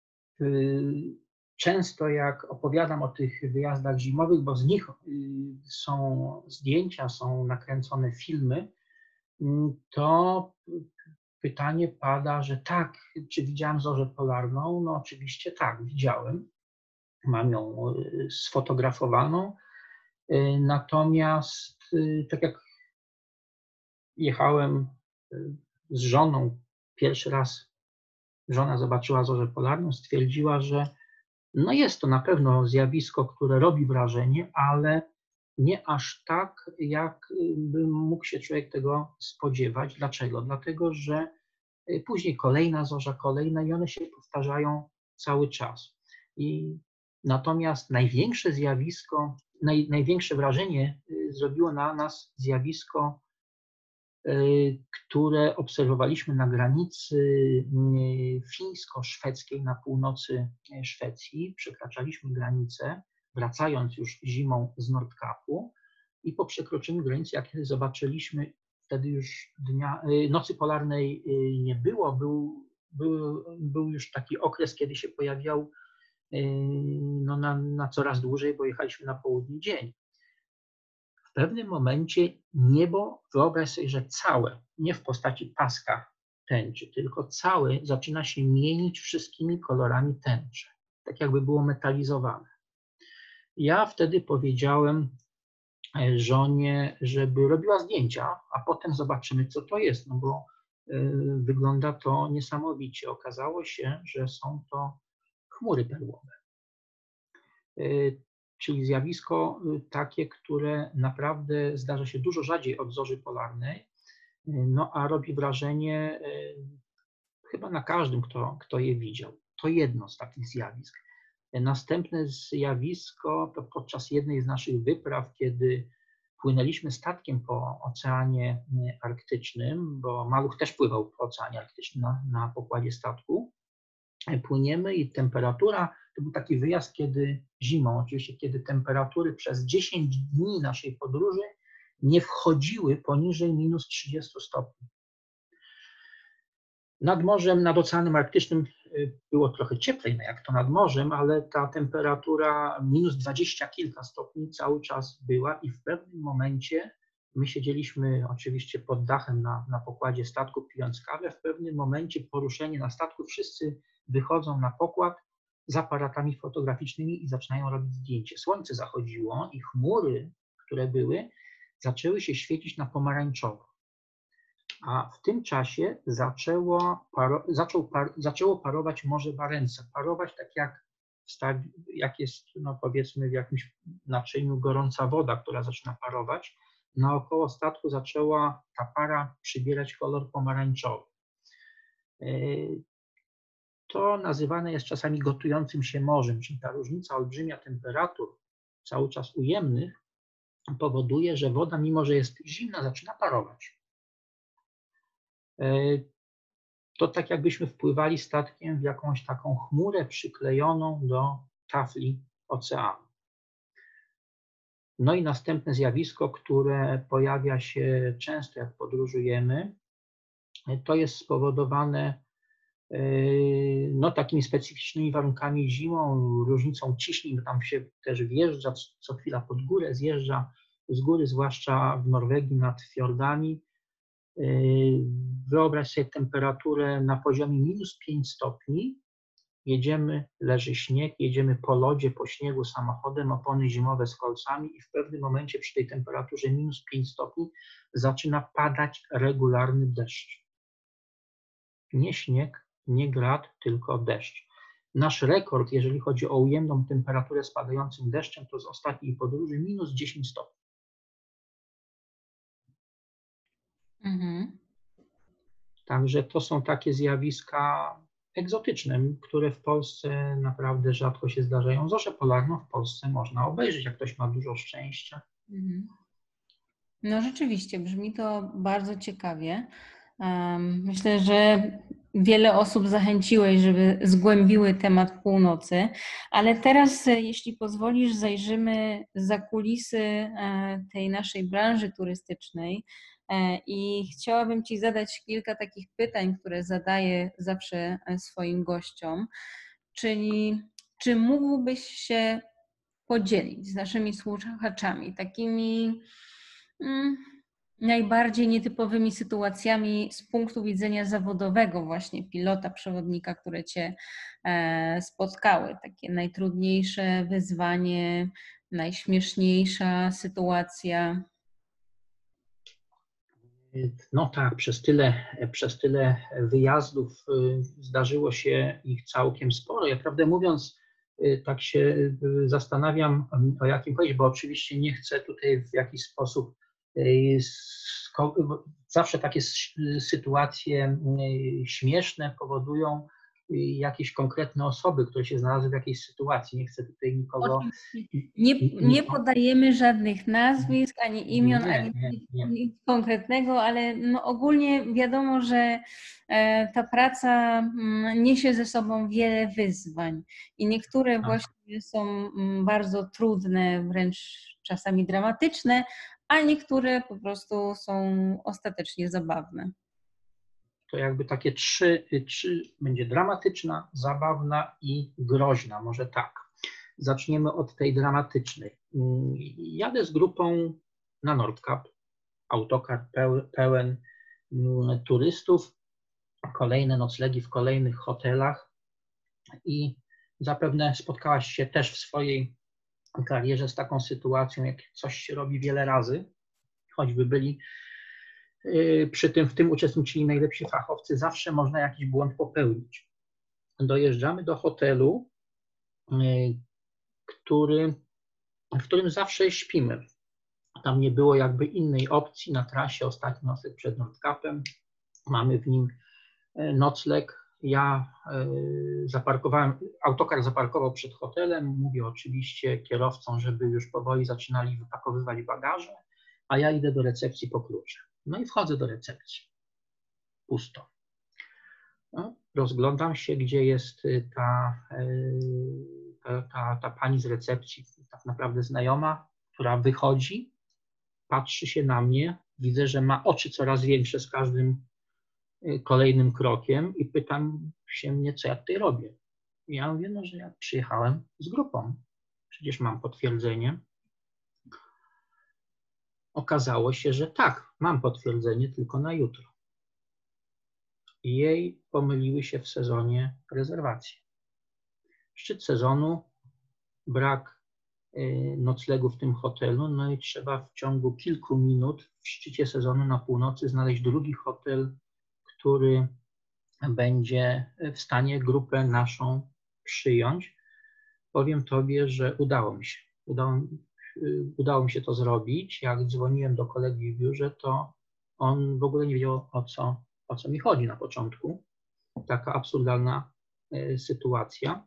często jak opowiadam o tych wyjazdach zimowych, bo z nich są zdjęcia, są nakręcone filmy, to pytanie pada, że tak, czy widziałem zorzę polarną? No oczywiście tak, widziałem. Mam ją sfotografowaną. Natomiast tak jak jechałem z żoną pierwszy raz, żona zobaczyła zorzę polarną, stwierdziła, że no jest to na pewno zjawisko, które robi wrażenie, ale nie aż tak, jak by mógł się człowiek tego spodziewać. Dlaczego? Dlatego, że później kolejna zorza, kolejna i one się powtarzają cały czas. Natomiast największe zjawisko, największe wrażenie zrobiło na nas zjawisko, które obserwowaliśmy na granicy fińsko-szwedzkiej na północy Szwecji. Przekraczaliśmy granicę, wracając już zimą z Nordkapu i po przekroczeniu granicy, jak zobaczyliśmy, wtedy już nocy polarnej nie było, był już taki okres, kiedy się pojawiał no, na coraz dłużej, bo jechaliśmy na południe dzień. W pewnym momencie niebo, wyobraź sobie, że całe, nie w postaci paska tęczy, tylko całe zaczyna się mienić wszystkimi kolorami tęczy, tak jakby było metalizowane. Ja wtedy powiedziałem żonie, żeby robiła zdjęcia, a potem zobaczymy, co to jest, no bo wygląda to niesamowicie. Okazało się, że są to chmury perłowe, czyli zjawisko takie, które naprawdę zdarza się dużo rzadziej od zorzy polarnej, no a robi wrażenie chyba na każdym, kto je widział. To jedno z takich zjawisk. Następne zjawisko to podczas jednej z naszych wypraw, kiedy płynęliśmy statkiem po Oceanie Arktycznym, bo Maluch też pływał po Oceanie Arktycznym na pokładzie statku. Płyniemy i temperatura, to był taki wyjazd, kiedy zimą, oczywiście, kiedy temperatury przez 10 dni naszej podróży nie wchodziły poniżej minus 30 stopni. Nad morzem, nad Oceanem Arktycznym było trochę cieplej, jak to nad morzem, ale ta temperatura minus 20 kilka stopni cały czas była i w pewnym momencie my siedzieliśmy oczywiście pod dachem na pokładzie statku, pijąc kawę. W pewnym momencie poruszenie na statku, wszyscy wychodzą na pokład z aparatami fotograficznymi i zaczynają robić zdjęcie. Słońce zachodziło i chmury, które były, zaczęły się świecić na pomarańczowo. A w tym czasie zaczęło parować Morze Barentsa. Parować tak jak jest, no powiedzmy, w jakimś naczyniu gorąca woda, która zaczyna parować. Naokoło statku zaczęła ta para przybierać kolor pomarańczowy. To nazywane jest czasami gotującym się morzem, czyli ta różnica olbrzymia temperatur, cały czas ujemnych, powoduje, że woda, mimo że jest zimna, zaczyna parować. To tak jakbyśmy wpływali statkiem w jakąś taką chmurę przyklejoną do tafli oceanu. No i następne zjawisko, które pojawia się często, jak podróżujemy, to jest spowodowane no, takimi specyficznymi warunkami zimą, różnicą ciśnień, tam się też wjeżdża, co chwila pod górę zjeżdża z góry, zwłaszcza w Norwegii nad fiordami. Wyobraź sobie temperaturę na poziomie minus 5 stopni, jedziemy, leży śnieg, jedziemy po lodzie, po śniegu samochodem, opony zimowe z kolcami i w pewnym momencie przy tej temperaturze minus 5 stopni zaczyna padać regularny deszcz. Nie śnieg, nie grad, tylko deszcz. Nasz rekord, jeżeli chodzi o ujemną temperaturę spadającym deszczem, to z ostatniej podróży minus 10 stopni. Także to są takie zjawiska egzotyczne, które w Polsce naprawdę rzadko się zdarzają. Zorzę polarną w Polsce można obejrzeć, jak ktoś ma dużo szczęścia. Mhm. No rzeczywiście, brzmi to bardzo ciekawie. Myślę, że wiele osób zachęciłeś, żeby zgłębiły temat północy, ale teraz, jeśli pozwolisz, zajrzymy za kulisy tej naszej branży turystycznej i chciałabym Ci zadać kilka takich pytań, które zadaję zawsze swoim gościom, czyli czy mógłbyś się podzielić z naszymi słuchaczami takimi najbardziej nietypowymi sytuacjami z punktu widzenia zawodowego właśnie pilota, przewodnika, które Cię spotkały. Takie najtrudniejsze wyzwanie, najśmieszniejsza sytuacja. No tak, przez tyle wyjazdów zdarzyło się ich całkiem sporo. Ja prawdę mówiąc, tak się zastanawiam, o jakim powiedzieć, bo oczywiście nie chcę tutaj w jakiś sposób. Zawsze takie sytuacje śmieszne powodują jakieś konkretne osoby, które się znalazły w jakiejś sytuacji. Nie chcę tutaj nikogo. Oczywiście nie podajemy żadnych nazwisk, ani imion, ani Nie. nic konkretnego, ale no ogólnie wiadomo, że ta praca niesie ze sobą wiele wyzwań i niektóre właśnie są bardzo trudne, wręcz czasami dramatyczne, a niektóre po prostu są ostatecznie zabawne. To jakby takie trzy będzie dramatyczna, zabawna i groźna, może tak. Zaczniemy od tej dramatycznej. Jadę z grupą na Nordkap, autokar pełen turystów, kolejne noclegi w kolejnych hotelach i zapewne spotkałaś się też w swojej karierze z taką sytuacją, jak coś się robi wiele razy, choćby byli w tym uczestniczyli najlepsi fachowcy, zawsze można jakiś błąd popełnić. Dojeżdżamy do hotelu, w którym zawsze śpimy. Tam nie było jakby innej opcji na trasie, ostatni nocleg przed Nordkapem. Mamy w nim nocleg. Ja zaparkowałem, autokar zaparkował przed hotelem, mówię oczywiście kierowcom, żeby już powoli zaczynali wypakowywać bagaże, a ja idę do recepcji po klucze. No i wchodzę do recepcji. Pusto. No, rozglądam się, gdzie jest ta pani z recepcji, tak naprawdę znajoma, która wychodzi, patrzy się na mnie, widzę, że ma oczy coraz większe z każdym kolejnym krokiem i pytam się mnie, co ja tutaj robię. I ja mówię, no, że ja przyjechałem z grupą, przecież mam potwierdzenie. Okazało się, że tak, mam potwierdzenie tylko na jutro. I jej pomyliły się w sezonie rezerwacje. Szczyt sezonu, brak noclegu w tym hotelu, no i trzeba w ciągu kilku minut w szczycie sezonu na północy znaleźć drugi hotel, który będzie w stanie grupę naszą przyjąć. Powiem Tobie, że udało mi się. Udało mi się to zrobić. Jak dzwoniłem do kolegi w biurze, to on w ogóle nie wiedział, o co mi chodzi na początku. Taka absurdalna sytuacja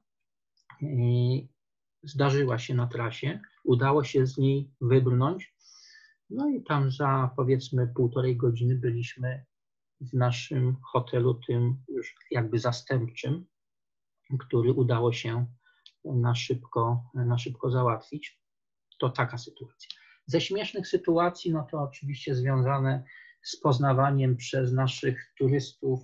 zdarzyła się na trasie. Udało się z niej wybrnąć. No i tam za powiedzmy 1,5 godziny byliśmy w naszym hotelu, tym już jakby zastępczym, który udało się na szybko załatwić. To taka sytuacja. Ze śmiesznych sytuacji, no to oczywiście związane z poznawaniem przez naszych turystów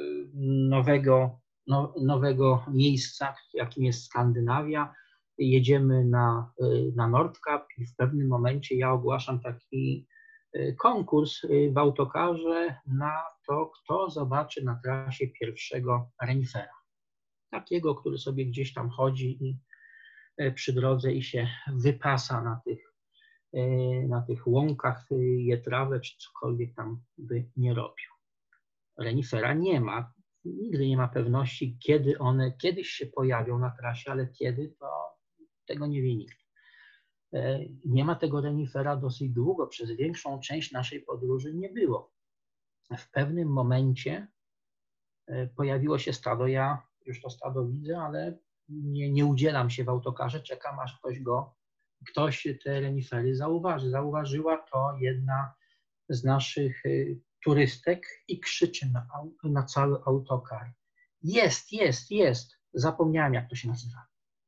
nowego miejsca, jakim jest Skandynawia. Jedziemy na Nordkap i w pewnym momencie ja ogłaszam taki konkurs w autokarze na to, kto zobaczy na trasie pierwszego renifera. Takiego, który sobie gdzieś tam chodzi i przy drodze i się wypasa na tych łąkach, je trawę, czy cokolwiek tam by nie robił. Renifera nie ma. Nigdy nie ma pewności, kiedy one kiedyś się pojawią na trasie, ale kiedy, to tego nie wie nikt. Nie ma tego renifera dosyć długo, przez większą część naszej podróży nie było. W pewnym momencie pojawiło się stado, ja już to stado widzę, ale nie udzielam się w autokarze, czekam aż ktoś te renifery zauważy. Zauważyła to jedna z naszych turystek i krzyczy na cały autokar. Jest. Zapomniałem, jak to się nazywa.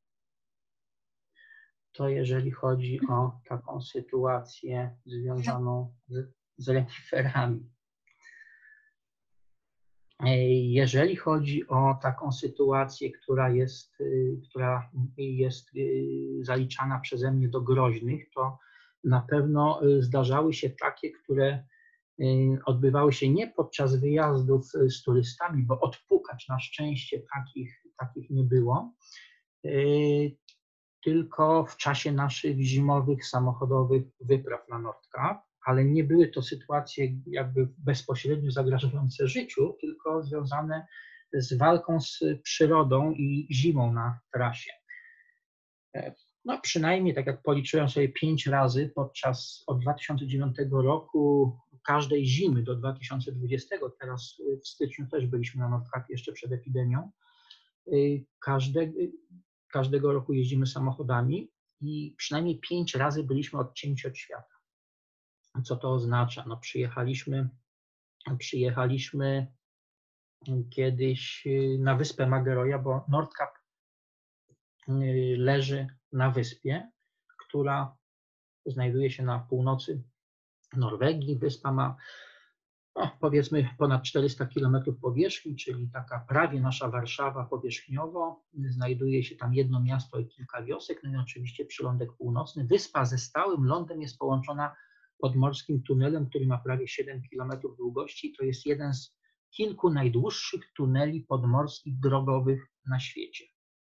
To jeżeli chodzi o taką sytuację związaną z reniferami. Jeżeli chodzi o taką sytuację, która jest zaliczana przeze mnie do groźnych, to na pewno zdarzały się takie, które odbywały się nie podczas wyjazdów z turystami, bo odpukać na szczęście takich nie było, tylko w czasie naszych zimowych samochodowych wypraw na Nordkap, ale nie były to sytuacje jakby bezpośrednio zagrażające życiu, tylko związane z walką z przyrodą i zimą na trasie. No przynajmniej, tak jak policzyłem sobie 5 razy od 2009 roku, każdej zimy do 2020, teraz w styczniu też byliśmy na Nordkapie jeszcze przed epidemią, każdego roku jeździmy samochodami i przynajmniej 5 razy byliśmy odcięci od świata. Co to oznacza? No przyjechaliśmy kiedyś na wyspę Mageroja, bo Nordkap leży na wyspie, która znajduje się na północy Norwegii. Wyspa ma powiedzmy ponad 400 km powierzchni, czyli taka prawie nasza Warszawa powierzchniowo. Znajduje się tam jedno miasto i kilka wiosek, no i oczywiście przylądek północny. Wyspa ze stałym lądem jest połączona podmorskim tunelem, który ma prawie 7 km długości. To jest jeden z kilku najdłuższych tuneli podmorskich drogowych na świecie.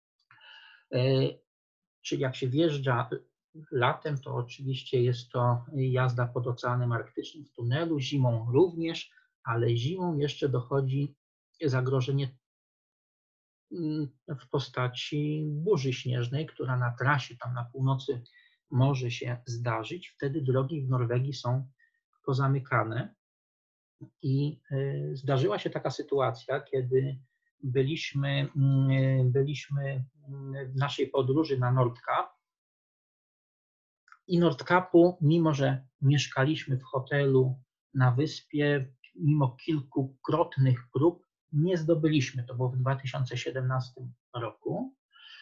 Czyli jak się wjeżdża latem, to oczywiście jest to jazda pod Oceanem Arktycznym w tunelu, zimą również, ale zimą jeszcze dochodzi zagrożenie w postaci burzy śnieżnej, która na trasie tam na północy może się zdarzyć. Wtedy drogi w Norwegii są pozamykane i zdarzyła się taka sytuacja, kiedy byliśmy w naszej podróży na Nordkap i Nordkapu, mimo że mieszkaliśmy w hotelu na wyspie, mimo kilkukrotnych prób nie zdobyliśmy. To było w 2017 roku.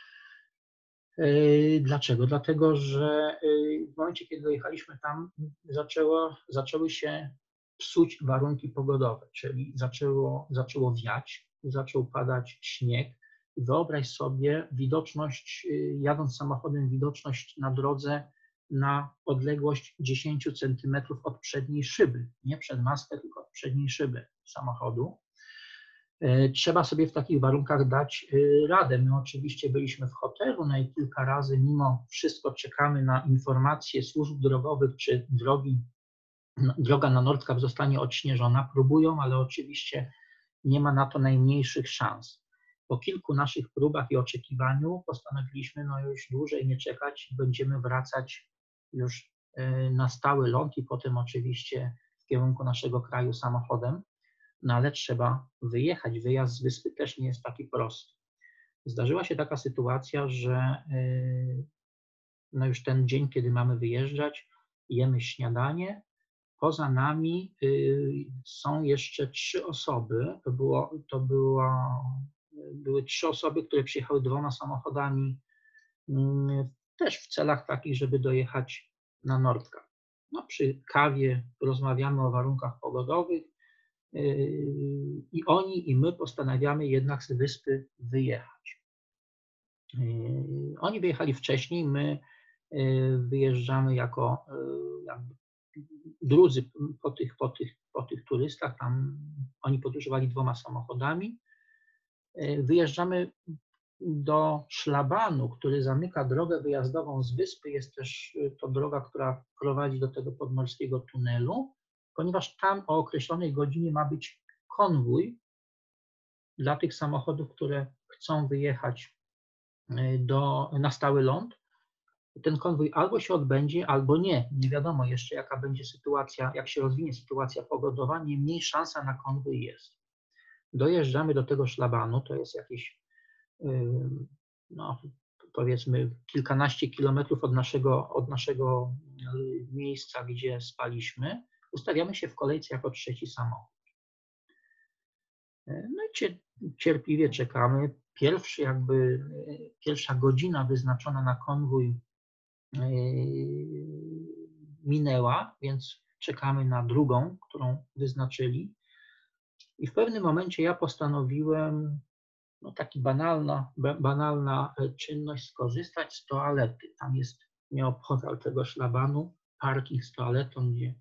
Dlaczego? Dlatego, że w momencie, kiedy dojechaliśmy tam, zaczęły się psuć warunki pogodowe, czyli zaczęło wiać, zaczął padać śnieg. Wyobraź sobie widoczność, jadąc samochodem, widoczność na drodze na odległość 10 cm od przedniej szyby, nie przed maskę, tylko od przedniej szyby samochodu. Trzeba sobie w takich warunkach dać radę. My oczywiście byliśmy w hotelu, no i kilka razy mimo wszystko czekamy na informacje służb drogowych, czy droga na Nordkap zostanie odśnieżona. Próbują, ale oczywiście nie ma na to najmniejszych szans. Po kilku naszych próbach i oczekiwaniu postanowiliśmy już dłużej nie czekać, będziemy wracać już na stały ląd i potem oczywiście w kierunku naszego kraju samochodem. No ale trzeba wyjechać. Wyjazd z wyspy też nie jest taki prosty. Zdarzyła się taka sytuacja, że już ten dzień, kiedy mamy wyjeżdżać, jemy śniadanie. Poza nami są jeszcze 3 osoby. Były 3 osoby, które przyjechały 2 samochodami, też w celach takich, żeby dojechać na Nordkap. No, przy kawie rozmawiamy o warunkach pogodowych. I oni, i my postanawiamy jednak z wyspy wyjechać. Oni wyjechali wcześniej, my wyjeżdżamy jako jakby drudzy po tych turystach. Tam oni podróżowali 2 samochodami. Wyjeżdżamy do szlabanu, który zamyka drogę wyjazdową z wyspy. Jest też to droga, która prowadzi do tego podmorskiego tunelu, ponieważ tam o określonej godzinie ma być konwój dla tych samochodów, które chcą wyjechać na stały ląd. Ten konwój albo się odbędzie, albo nie. Nie wiadomo jeszcze, jaka będzie sytuacja, jak się rozwinie sytuacja pogodowa, niemniej szansa na konwój jest. Dojeżdżamy do tego szlabanu, to jest jakieś no, powiedzmy kilkanaście kilometrów od naszego miejsca, gdzie spaliśmy, ustawiamy się w kolejce jako trzeci samochód. No i cierpliwie czekamy. Pierwsza godzina wyznaczona na konwój minęła, więc czekamy na drugą, którą wyznaczyli. I w pewnym momencie ja postanowiłem, no taki banalna czynność, skorzystać z toalety. Tam jest nieopodal tego szlabanu parking z toaletą, gdzie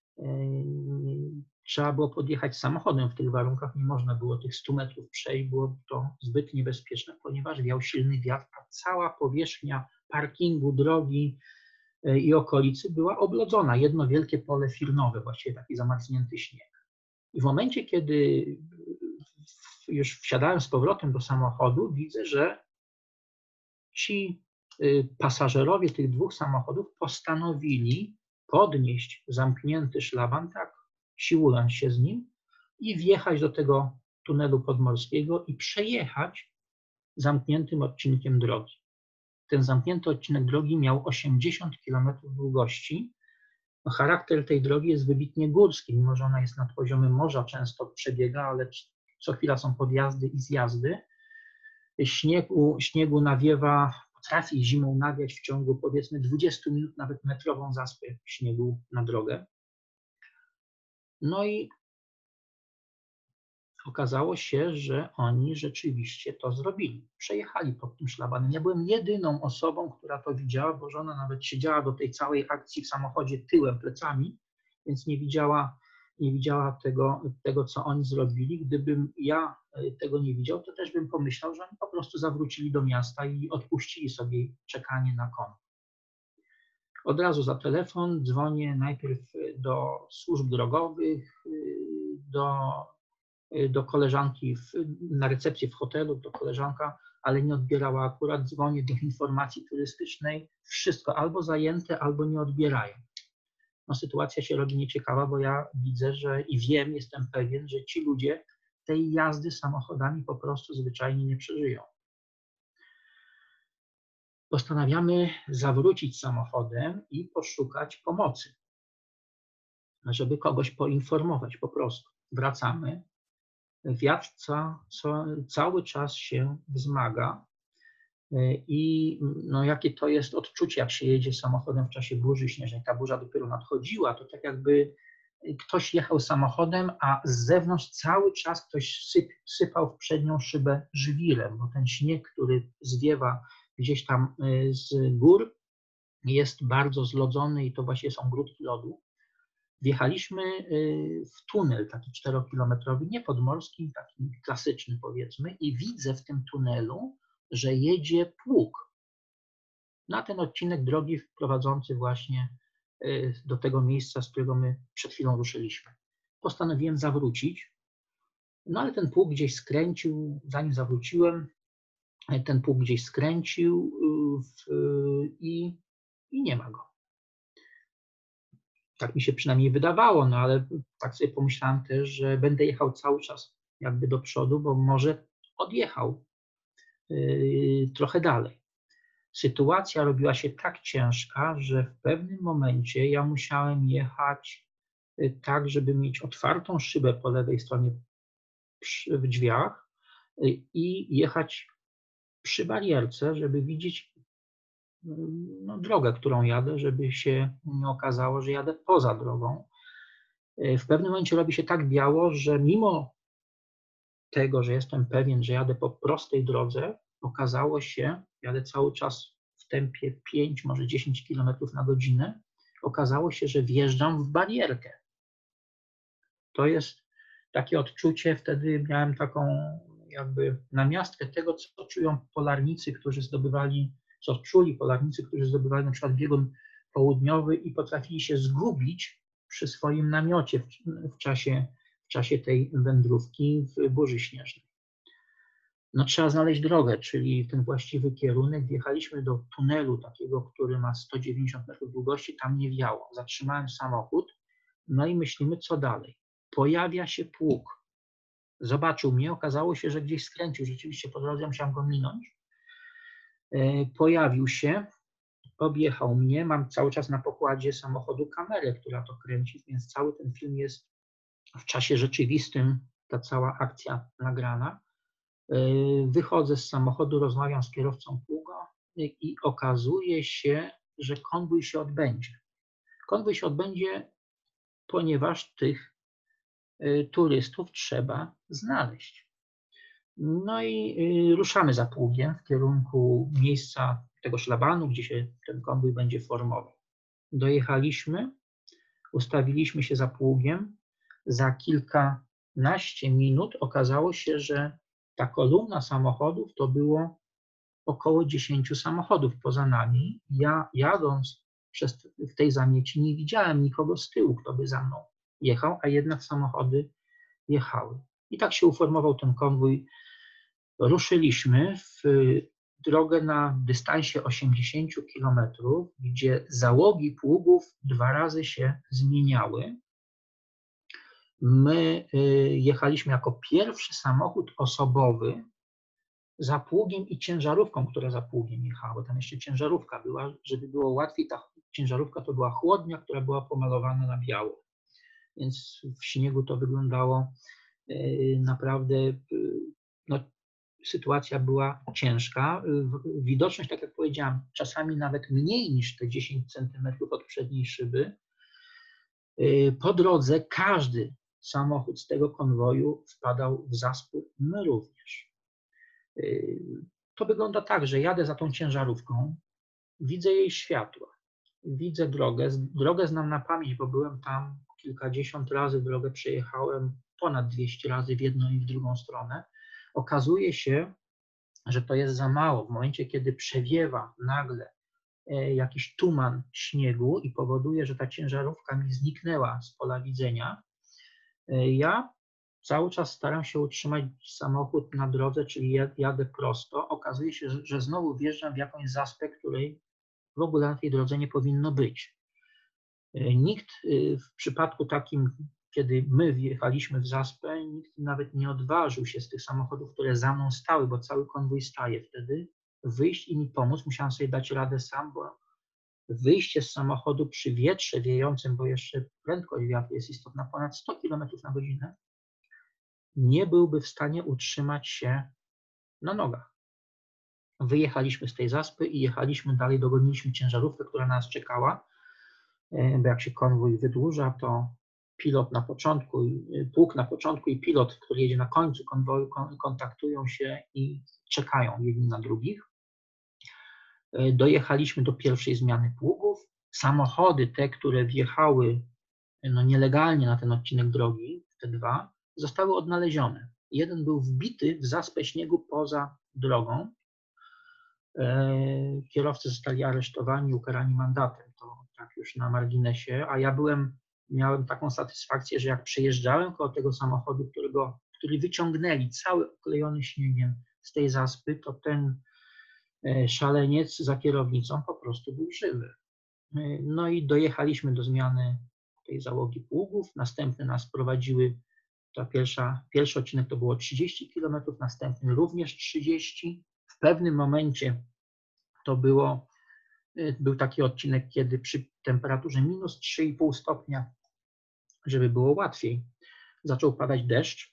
trzeba było podjechać samochodem w tych warunkach. Nie można było tych 100 metrów przejść, było to zbyt niebezpieczne, ponieważ wiał silny wiatr, a cała powierzchnia parkingu, drogi i okolicy była oblodzona. Jedno wielkie pole firnowe, właściwie taki zamarznięty śnieg. I w momencie, kiedy już wsiadałem z powrotem do samochodu, widzę, że ci pasażerowie tych dwóch samochodów postanowili podnieść zamknięty szlaban, tak siłując się z nim, i wjechać do tego tunelu podmorskiego i przejechać zamkniętym odcinkiem drogi. Ten zamknięty odcinek drogi miał 80 km długości. No, charakter tej drogi jest wybitnie górski, mimo że ona jest nad poziomem morza, często przebiega, ale co chwila są podjazdy i zjazdy. Śniegu nawiewa, potrafi zimą nawiać w ciągu powiedzmy 20 minut nawet metrową zaspę śniegu na drogę. No i okazało się, że oni rzeczywiście to zrobili. Przejechali pod tym szlabanem. Ja byłem jedyną osobą, która to widziała, bo żona nawet siedziała do tej całej akcji w samochodzie tyłem, plecami, więc nie widziała tego, co oni zrobili. Gdybym ja tego nie widział, to też bym pomyślał, że oni po prostu zawrócili do miasta i odpuścili sobie czekanie na konwój. Od razu za telefon dzwonię najpierw do służb drogowych, do koleżanki na recepcję w hotelu, do koleżanka, ale nie odbierała akurat, dzwonię do informacji turystycznej, wszystko albo zajęte, albo nie odbierają. No, sytuacja się robi nieciekawa, bo ja widzę, jestem pewien, że ci ludzie tej jazdy samochodami po prostu zwyczajnie nie przeżyją. Postanawiamy zawrócić samochodem i poszukać pomocy, żeby kogoś poinformować po prostu. Wracamy. Wiatr cały czas się wzmaga i no, jakie to jest odczucie, jak się jedzie samochodem w czasie burzy śnieżnej. Ta burza dopiero nadchodziła, to tak jakby ktoś jechał samochodem, a z zewnątrz cały czas ktoś sypał w przednią szybę żwirem, bo ten śnieg, który zwiewa gdzieś tam z gór, jest bardzo zlodzony i to właśnie są grudki lodu. Wjechaliśmy w tunel taki 4-kilometrowy, nie podmorski, taki klasyczny powiedzmy, i widzę w tym tunelu, że jedzie pług na ten odcinek drogi prowadzący właśnie do tego miejsca, z którego my przed chwilą ruszyliśmy. Postanowiłem zawrócić, no ale ten pług gdzieś skręcił, zanim zawróciłem, ten pług gdzieś skręcił i nie ma go. Tak mi się przynajmniej wydawało, no ale tak sobie pomyślałem też, że będę jechał cały czas jakby do przodu, bo może odjechał trochę dalej. Sytuacja robiła się tak ciężka, że w pewnym momencie ja musiałem jechać tak, żeby mieć otwartą szybę po lewej stronie w drzwiach i jechać przy barierce, żeby widzieć drogę, którą jadę, żeby się nie okazało, że jadę poza drogą. W pewnym momencie robi się tak biało, że mimo tego, że jestem pewien, że jadę po prostej drodze, okazało się, jadę cały czas w tempie 5, może 10 km na godzinę, okazało się, że wjeżdżam w barierkę. To jest takie odczucie, wtedy miałem taką jakby namiastkę tego, co czują polarnicy, którzy zdobywali na przykład biegun południowy i potrafili się zgubić przy swoim namiocie w czasie tej wędrówki w burzy śnieżnej. No, trzeba znaleźć drogę, czyli ten właściwy kierunek. Wjechaliśmy do tunelu takiego, który ma 190 metrów długości, tam nie wiało. Zatrzymałem samochód, no i myślimy, co dalej. Pojawia się pług. zobaczył mnie, okazało się, że gdzieś skręcił, rzeczywiście po drodze musiałem go minąć. Pojawił się, objechał mnie, mam cały czas na pokładzie samochodu kamerę, która to kręci, więc cały ten film jest w czasie rzeczywistym, ta cała akcja nagrana. Wychodzę z samochodu, rozmawiam z kierowcą pługa i okazuje się, że konwój się odbędzie. Konwój się odbędzie, ponieważ tych turystów trzeba znaleźć. No i ruszamy za pługiem w kierunku miejsca tego szlabanu, gdzie się ten konwój będzie formował. Dojechaliśmy, ustawiliśmy się za pługiem. Za kilkanaście minut okazało się, że ta kolumna samochodów to było około 10 samochodów poza nami. Ja jadąc w tej zamieci nie widziałem nikogo z tyłu, kto by za mną jechał, a jednak samochody jechały. I tak się uformował ten konwój. Ruszyliśmy w drogę na dystansie 80 km, gdzie załogi pługów 2 razy się zmieniały. My jechaliśmy jako pierwszy samochód osobowy za pługiem i ciężarówką, która za pługiem jechała. Tam jeszcze ciężarówka była, żeby było łatwiej. Ta ciężarówka to była chłodnia, która była pomalowana na biało. Więc w śniegu to wyglądało naprawdę, no, sytuacja była ciężka. Widoczność, tak jak powiedziałam, czasami nawet mniej niż te 10 centymetrów od przedniej szyby. Po drodze każdy samochód z tego konwoju wpadał w zaspy, my również. To wygląda tak, że jadę za tą ciężarówką, widzę jej światła, widzę drogę. Drogę znam na pamięć, bo byłem tam kilkadziesiąt razy, drogę przejechałem ponad 200 razy w jedną i w drugą stronę. Okazuje się, że to jest za mało. W momencie, kiedy przewiewa nagle jakiś tuman śniegu i powoduje, że ta ciężarówka mi zniknęła z pola widzenia, ja cały czas staram się utrzymać samochód na drodze, czyli jadę prosto. Okazuje się, że znowu wjeżdżam w jakąś zaspę, której w ogóle na tej drodze nie powinno być. Nikt w przypadku takim, kiedy my wjechaliśmy w zaspę, nikt nawet nie odważył się z tych samochodów, które za mną stały, bo cały konwój staje wtedy, wyjść i mi pomóc. Musiałem sobie dać radę sam, bo wyjście z samochodu przy wietrze wiejącym, bo jeszcze prędkość wiatru jest istotna, ponad 100 km na godzinę, nie byłby w stanie utrzymać się na nogach. Wyjechaliśmy z tej zaspy i jechaliśmy dalej, dogoniliśmy ciężarówkę, która na nas czekała, bo jak się konwój wydłuża, to pilot na początku, pług na początku i pilot, który jedzie na końcu konwoju, kontaktują się i czekają jedni na drugich. Dojechaliśmy do pierwszej zmiany pługów. Samochody, te, które wjechały nielegalnie na ten odcinek drogi, te dwa, zostały odnalezione. Jeden był wbity w zaspę śniegu poza drogą. Kierowcy zostali aresztowani, ukarani mandatem, to tak już na marginesie, a ja miałem taką satysfakcję, że jak przejeżdżałem koło tego samochodu, który wyciągnęli cały oklejony śniegiem z tej zaspy, to ten szaleniec za kierownicą po prostu był żywy. No i dojechaliśmy do zmiany tej załogi pługów, następne nas prowadziły, pierwszy odcinek to było 30 km, następny również 30. W pewnym momencie to był taki odcinek, kiedy przy temperaturze minus 3,5 stopnia, żeby było łatwiej, zaczął padać deszcz,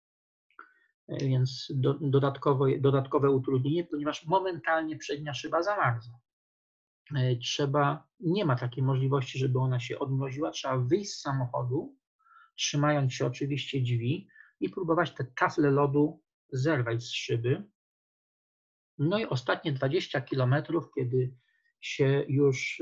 więc dodatkowe utrudnienie, ponieważ momentalnie przednia szyba zamarza. Nie ma takiej możliwości, żeby ona się odmroziła, trzeba wyjść z samochodu, trzymając się oczywiście drzwi i próbować te tafle lodu zerwać z szyby. No i ostatnie 20 km, kiedy się już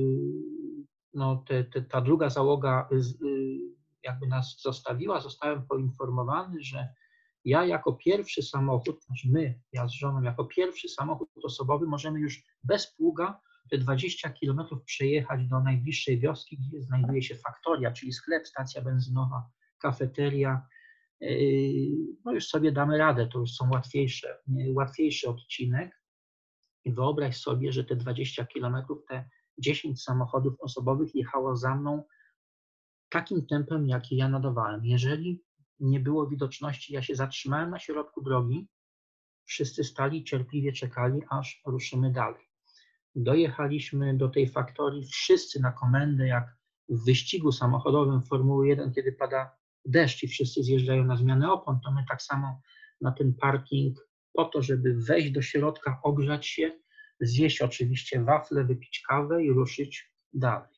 ta druga załoga jakby nas zostawiła, zostałem poinformowany, że ja jako pierwszy samochód, ja z żoną jako pierwszy samochód osobowy możemy już bez pługa te 20 km przejechać do najbliższej wioski, gdzie znajduje się faktoria, czyli sklep, stacja benzynowa, kafeteria. No już sobie damy radę, to już są łatwiejszy odcinek. I wyobraź sobie, że te 20 km, te 10 samochodów osobowych jechało za mną takim tempem, jaki ja nadawałem. Jeżeli nie było widoczności. Ja się zatrzymałem na środku drogi. Wszyscy stali, cierpliwie czekali, aż ruszymy dalej. Dojechaliśmy do tej faktorii, wszyscy na komendę, jak w wyścigu samochodowym Formuły 1, kiedy pada deszcz i wszyscy zjeżdżają na zmianę opon, to my tak samo na ten parking po to, żeby wejść do środka, ogrzać się, zjeść oczywiście wafle, wypić kawę i ruszyć dalej.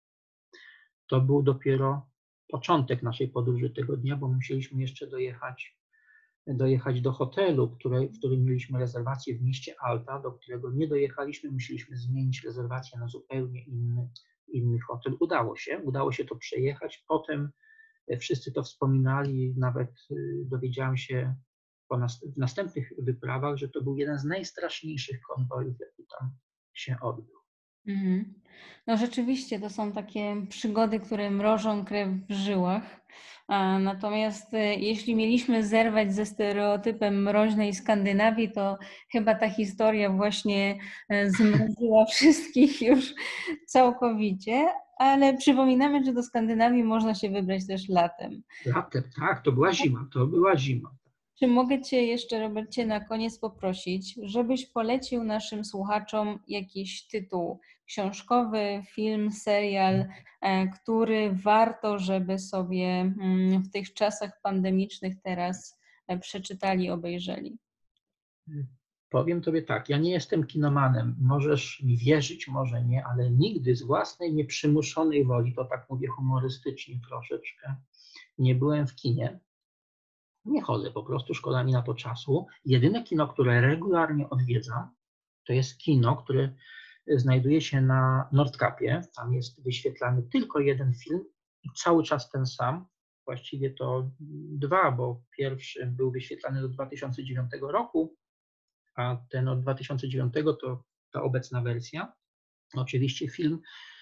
To był dopiero początek naszej podróży tego dnia, bo musieliśmy jeszcze dojechać do hotelu, w którym mieliśmy rezerwację w mieście Alta, do którego nie dojechaliśmy, musieliśmy zmienić rezerwację na zupełnie inny hotel. Udało się to przejechać. Potem wszyscy to wspominali, nawet dowiedziałem się w następnych wyprawach, że to był jeden z najstraszniejszych konwojów, jaki tam się odbył. Mhm. No rzeczywiście to są takie przygody, które mrożą krew w żyłach. Natomiast jeśli mieliśmy zerwać ze stereotypem mroźnej Skandynawii, to chyba ta historia właśnie zmroziła wszystkich już całkowicie, ale przypominamy, że do Skandynawii można się wybrać też latem. Latem, tak, to była zima. Czy mogę Cię jeszcze, Robercie, na koniec poprosić, żebyś polecił naszym słuchaczom jakiś tytuł książkowy, film, serial, który warto, żeby sobie w tych czasach pandemicznych teraz przeczytali, obejrzeli? Powiem Tobie tak, ja nie jestem kinomanem, możesz mi wierzyć, może nie, ale nigdy z własnej nieprzymuszonej woli, to tak mówię humorystycznie troszeczkę, nie byłem w kinie. Nie chodzę po prostu, szkoda mi na to czasu. Jedyne kino, które regularnie odwiedzam, to jest kino, które znajduje się na Nordkapie. Tam jest wyświetlany tylko jeden film i cały czas ten sam. Właściwie to dwa, bo pierwszy był wyświetlany do 2009 roku, a ten od 2009 to ta obecna wersja. Oczywiście film,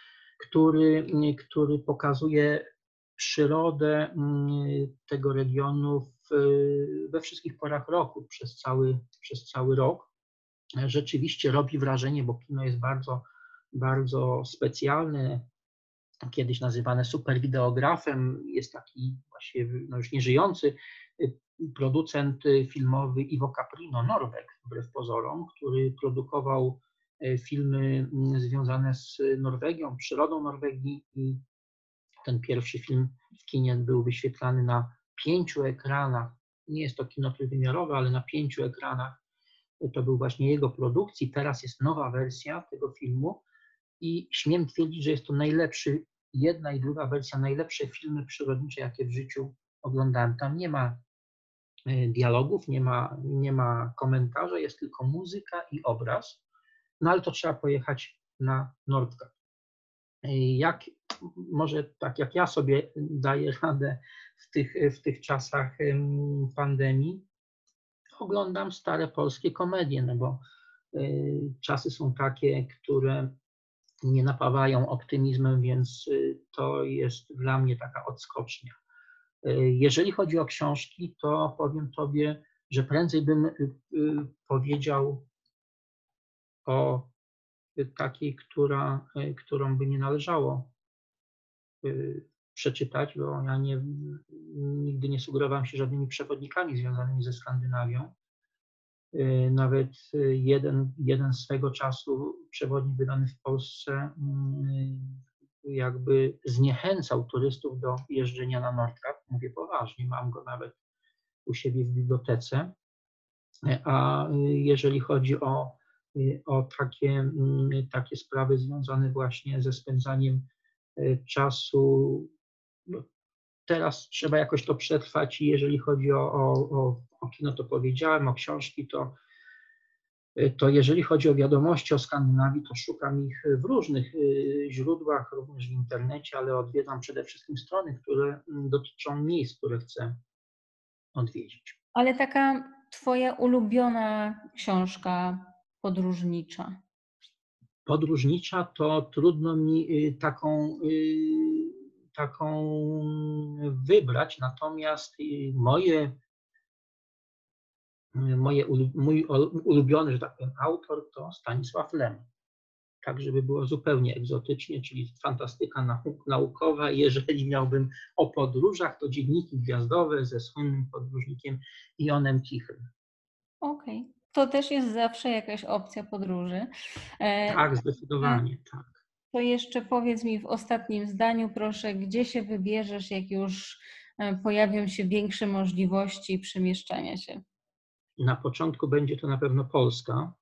który pokazuje przyrodę tego regionu we wszystkich porach roku, przez cały rok. Rzeczywiście robi wrażenie, bo kino jest bardzo, bardzo specjalne, kiedyś nazywane superwideografem. Jest taki właśnie no już nieżyjący producent filmowy Ivo Caprino, Norweg, wbrew pozorom, który produkował filmy związane z Norwegią, przyrodą Norwegii i ten pierwszy film w kinie był wyświetlany na 5 ekranach. Nie jest to kino trójwymiarowe, ale na 5 ekranach. To był właśnie jego produkcji. Teraz jest nowa wersja tego filmu i śmiem twierdzić, że jest to najlepszy, jedna i druga wersja, najlepsze filmy przyrodnicze, jakie w życiu oglądałem. Tam nie ma dialogów, nie ma komentarza, jest tylko muzyka i obraz. No ale to trzeba pojechać na Nordkap. Może tak jak ja sobie daję radę w tych czasach pandemii, oglądam stare polskie komedie, no bo czasy są takie, które nie napawają optymizmem, więc to jest dla mnie taka odskocznia. Jeżeli chodzi o książki, to powiem Tobie, że prędzej bym powiedział o takiej, którą by nie należało przeczytać, bo ja nigdy nie sugerowałem się żadnymi przewodnikami związanymi ze Skandynawią. Nawet jeden swego czasu przewodnik wydany w Polsce jakby zniechęcał turystów do jeżdżenia na Nordkap. Mówię poważnie, mam go nawet u siebie w bibliotece. A jeżeli chodzi o takie sprawy związane właśnie ze spędzaniem czasu, no, teraz trzeba jakoś to przetrwać i jeżeli chodzi o kino, to powiedziałem, o książki, to jeżeli chodzi o wiadomości o Skandynawii, to szukam ich w różnych źródłach, również w internecie, ale odwiedzam przede wszystkim strony, które dotyczą miejsc, które chcę odwiedzić. Ale taka Twoja ulubiona książka podróżnicza? Podróżnicza to trudno mi taką wybrać, natomiast mój ulubiony, że tak powiem, autor to Stanisław Lem. tak żeby było zupełnie egzotycznie, czyli fantastyka naukowa. Jeżeli miałbym o podróżach, to Dzienniki Gwiazdowe ze słynnym podróżnikiem Ionem Tichym. Okej. To też jest zawsze jakaś opcja podróży. Tak, zdecydowanie, tak. To jeszcze powiedz mi w ostatnim zdaniu, proszę, gdzie się wybierzesz, jak już pojawią się większe możliwości przemieszczania się? Na początku będzie to na pewno Polska.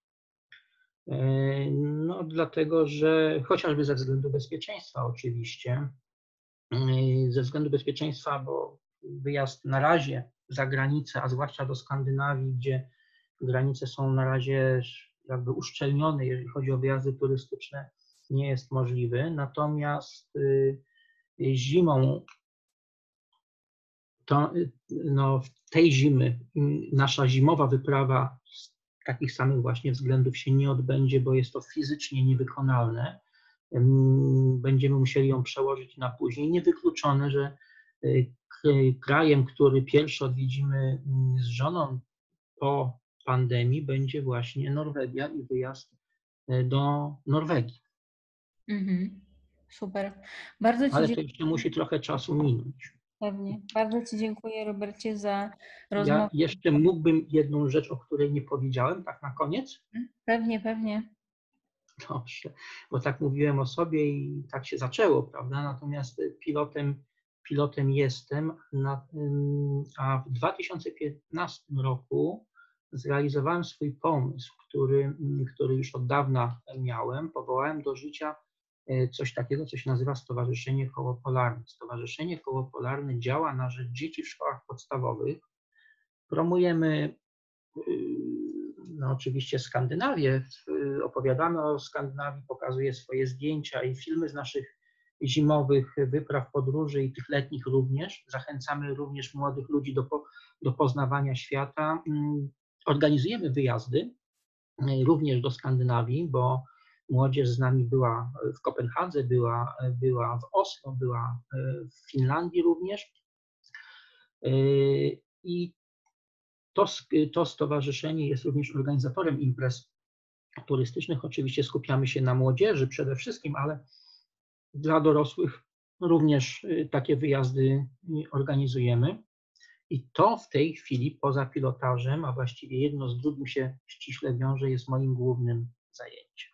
No, dlatego, że chociażby ze względu bezpieczeństwa oczywiście, ze względu bezpieczeństwa, bo wyjazd na razie za granicę, a zwłaszcza do Skandynawii, gdzie granice są na razie jakby uszczelnione, jeżeli chodzi o wyjazdy turystyczne, nie jest możliwy. Natomiast zimą, to, no, tej zimy nasza zimowa wyprawa z takich samych właśnie względów się nie odbędzie, bo jest to fizycznie niewykonalne. Będziemy musieli ją przełożyć na później. Niewykluczone, że krajem, który pierwszy odwiedzimy z żoną po pandemii, będzie właśnie Norwegia i wyjazd do Norwegii. Super. Bardzo Ci Ale to dziękuję. jeszcze musi trochę czasu minąć. Pewnie. Bardzo Ci dziękuję, Robercie, za Ja rozmowę. jeszcze mógłbym jedną rzecz, o której nie powiedziałem, tak na koniec. Pewnie, pewnie. Dobrze, bo tak mówiłem o sobie i tak się zaczęło, prawda? Natomiast pilotem jestem, a w 2015 roku zrealizowałem swój pomysł, który już od dawna miałem. Powołałem do życia coś takiego, co się nazywa Stowarzyszenie Koło Polarne. Stowarzyszenie Koło Polarne działa na rzecz dzieci w szkołach podstawowych. Promujemy no oczywiście Skandynawię, opowiadamy o Skandynawii, pokazuję swoje zdjęcia i filmy z naszych zimowych wypraw, podróży i tych letnich również. Zachęcamy również młodych ludzi do poznawania świata. Organizujemy wyjazdy również do Skandynawii, bo młodzież z nami była w Kopenhadze, była w Oslo, była w Finlandii również. I to stowarzyszenie jest również organizatorem imprez turystycznych. Oczywiście skupiamy się na młodzieży przede wszystkim, ale dla dorosłych również takie wyjazdy organizujemy. I to w tej chwili poza pilotażem, a właściwie jedno z drugim się ściśle wiąże, jest moim głównym zajęciem.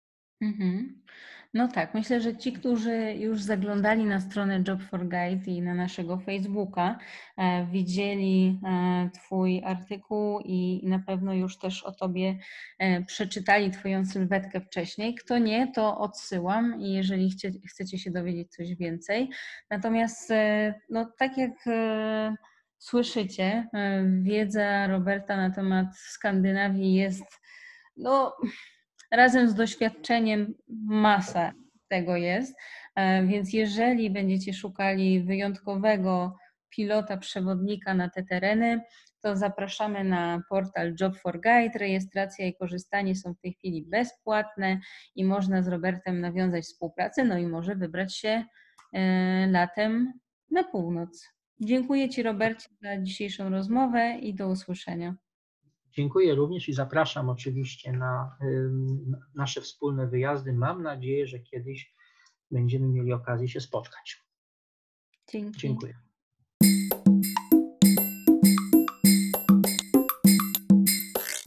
No tak, myślę, że ci, którzy już zaglądali na stronę Job4Guide i na naszego Facebooka, widzieli Twój artykuł i na pewno już też o Tobie przeczytali Twoją sylwetkę wcześniej. Kto nie, to odsyłam i jeżeli chcecie się dowiedzieć coś więcej. Natomiast no, tak jak słyszycie, wiedza Roberta na temat Skandynawii jest no, razem z doświadczeniem masa tego jest, więc jeżeli będziecie szukali wyjątkowego pilota, przewodnika na te tereny, to zapraszamy na portal Job4Guide. Rejestracja i korzystanie są w tej chwili bezpłatne i można z Robertem nawiązać współpracę, no i może wybrać się latem na północ. Dziękuję Ci, Robercie, za dzisiejszą rozmowę i do usłyszenia. Dziękuję również i zapraszam oczywiście na nasze wspólne wyjazdy. Mam nadzieję, że kiedyś będziemy mieli okazję się spotkać. Dzięki. Dziękuję.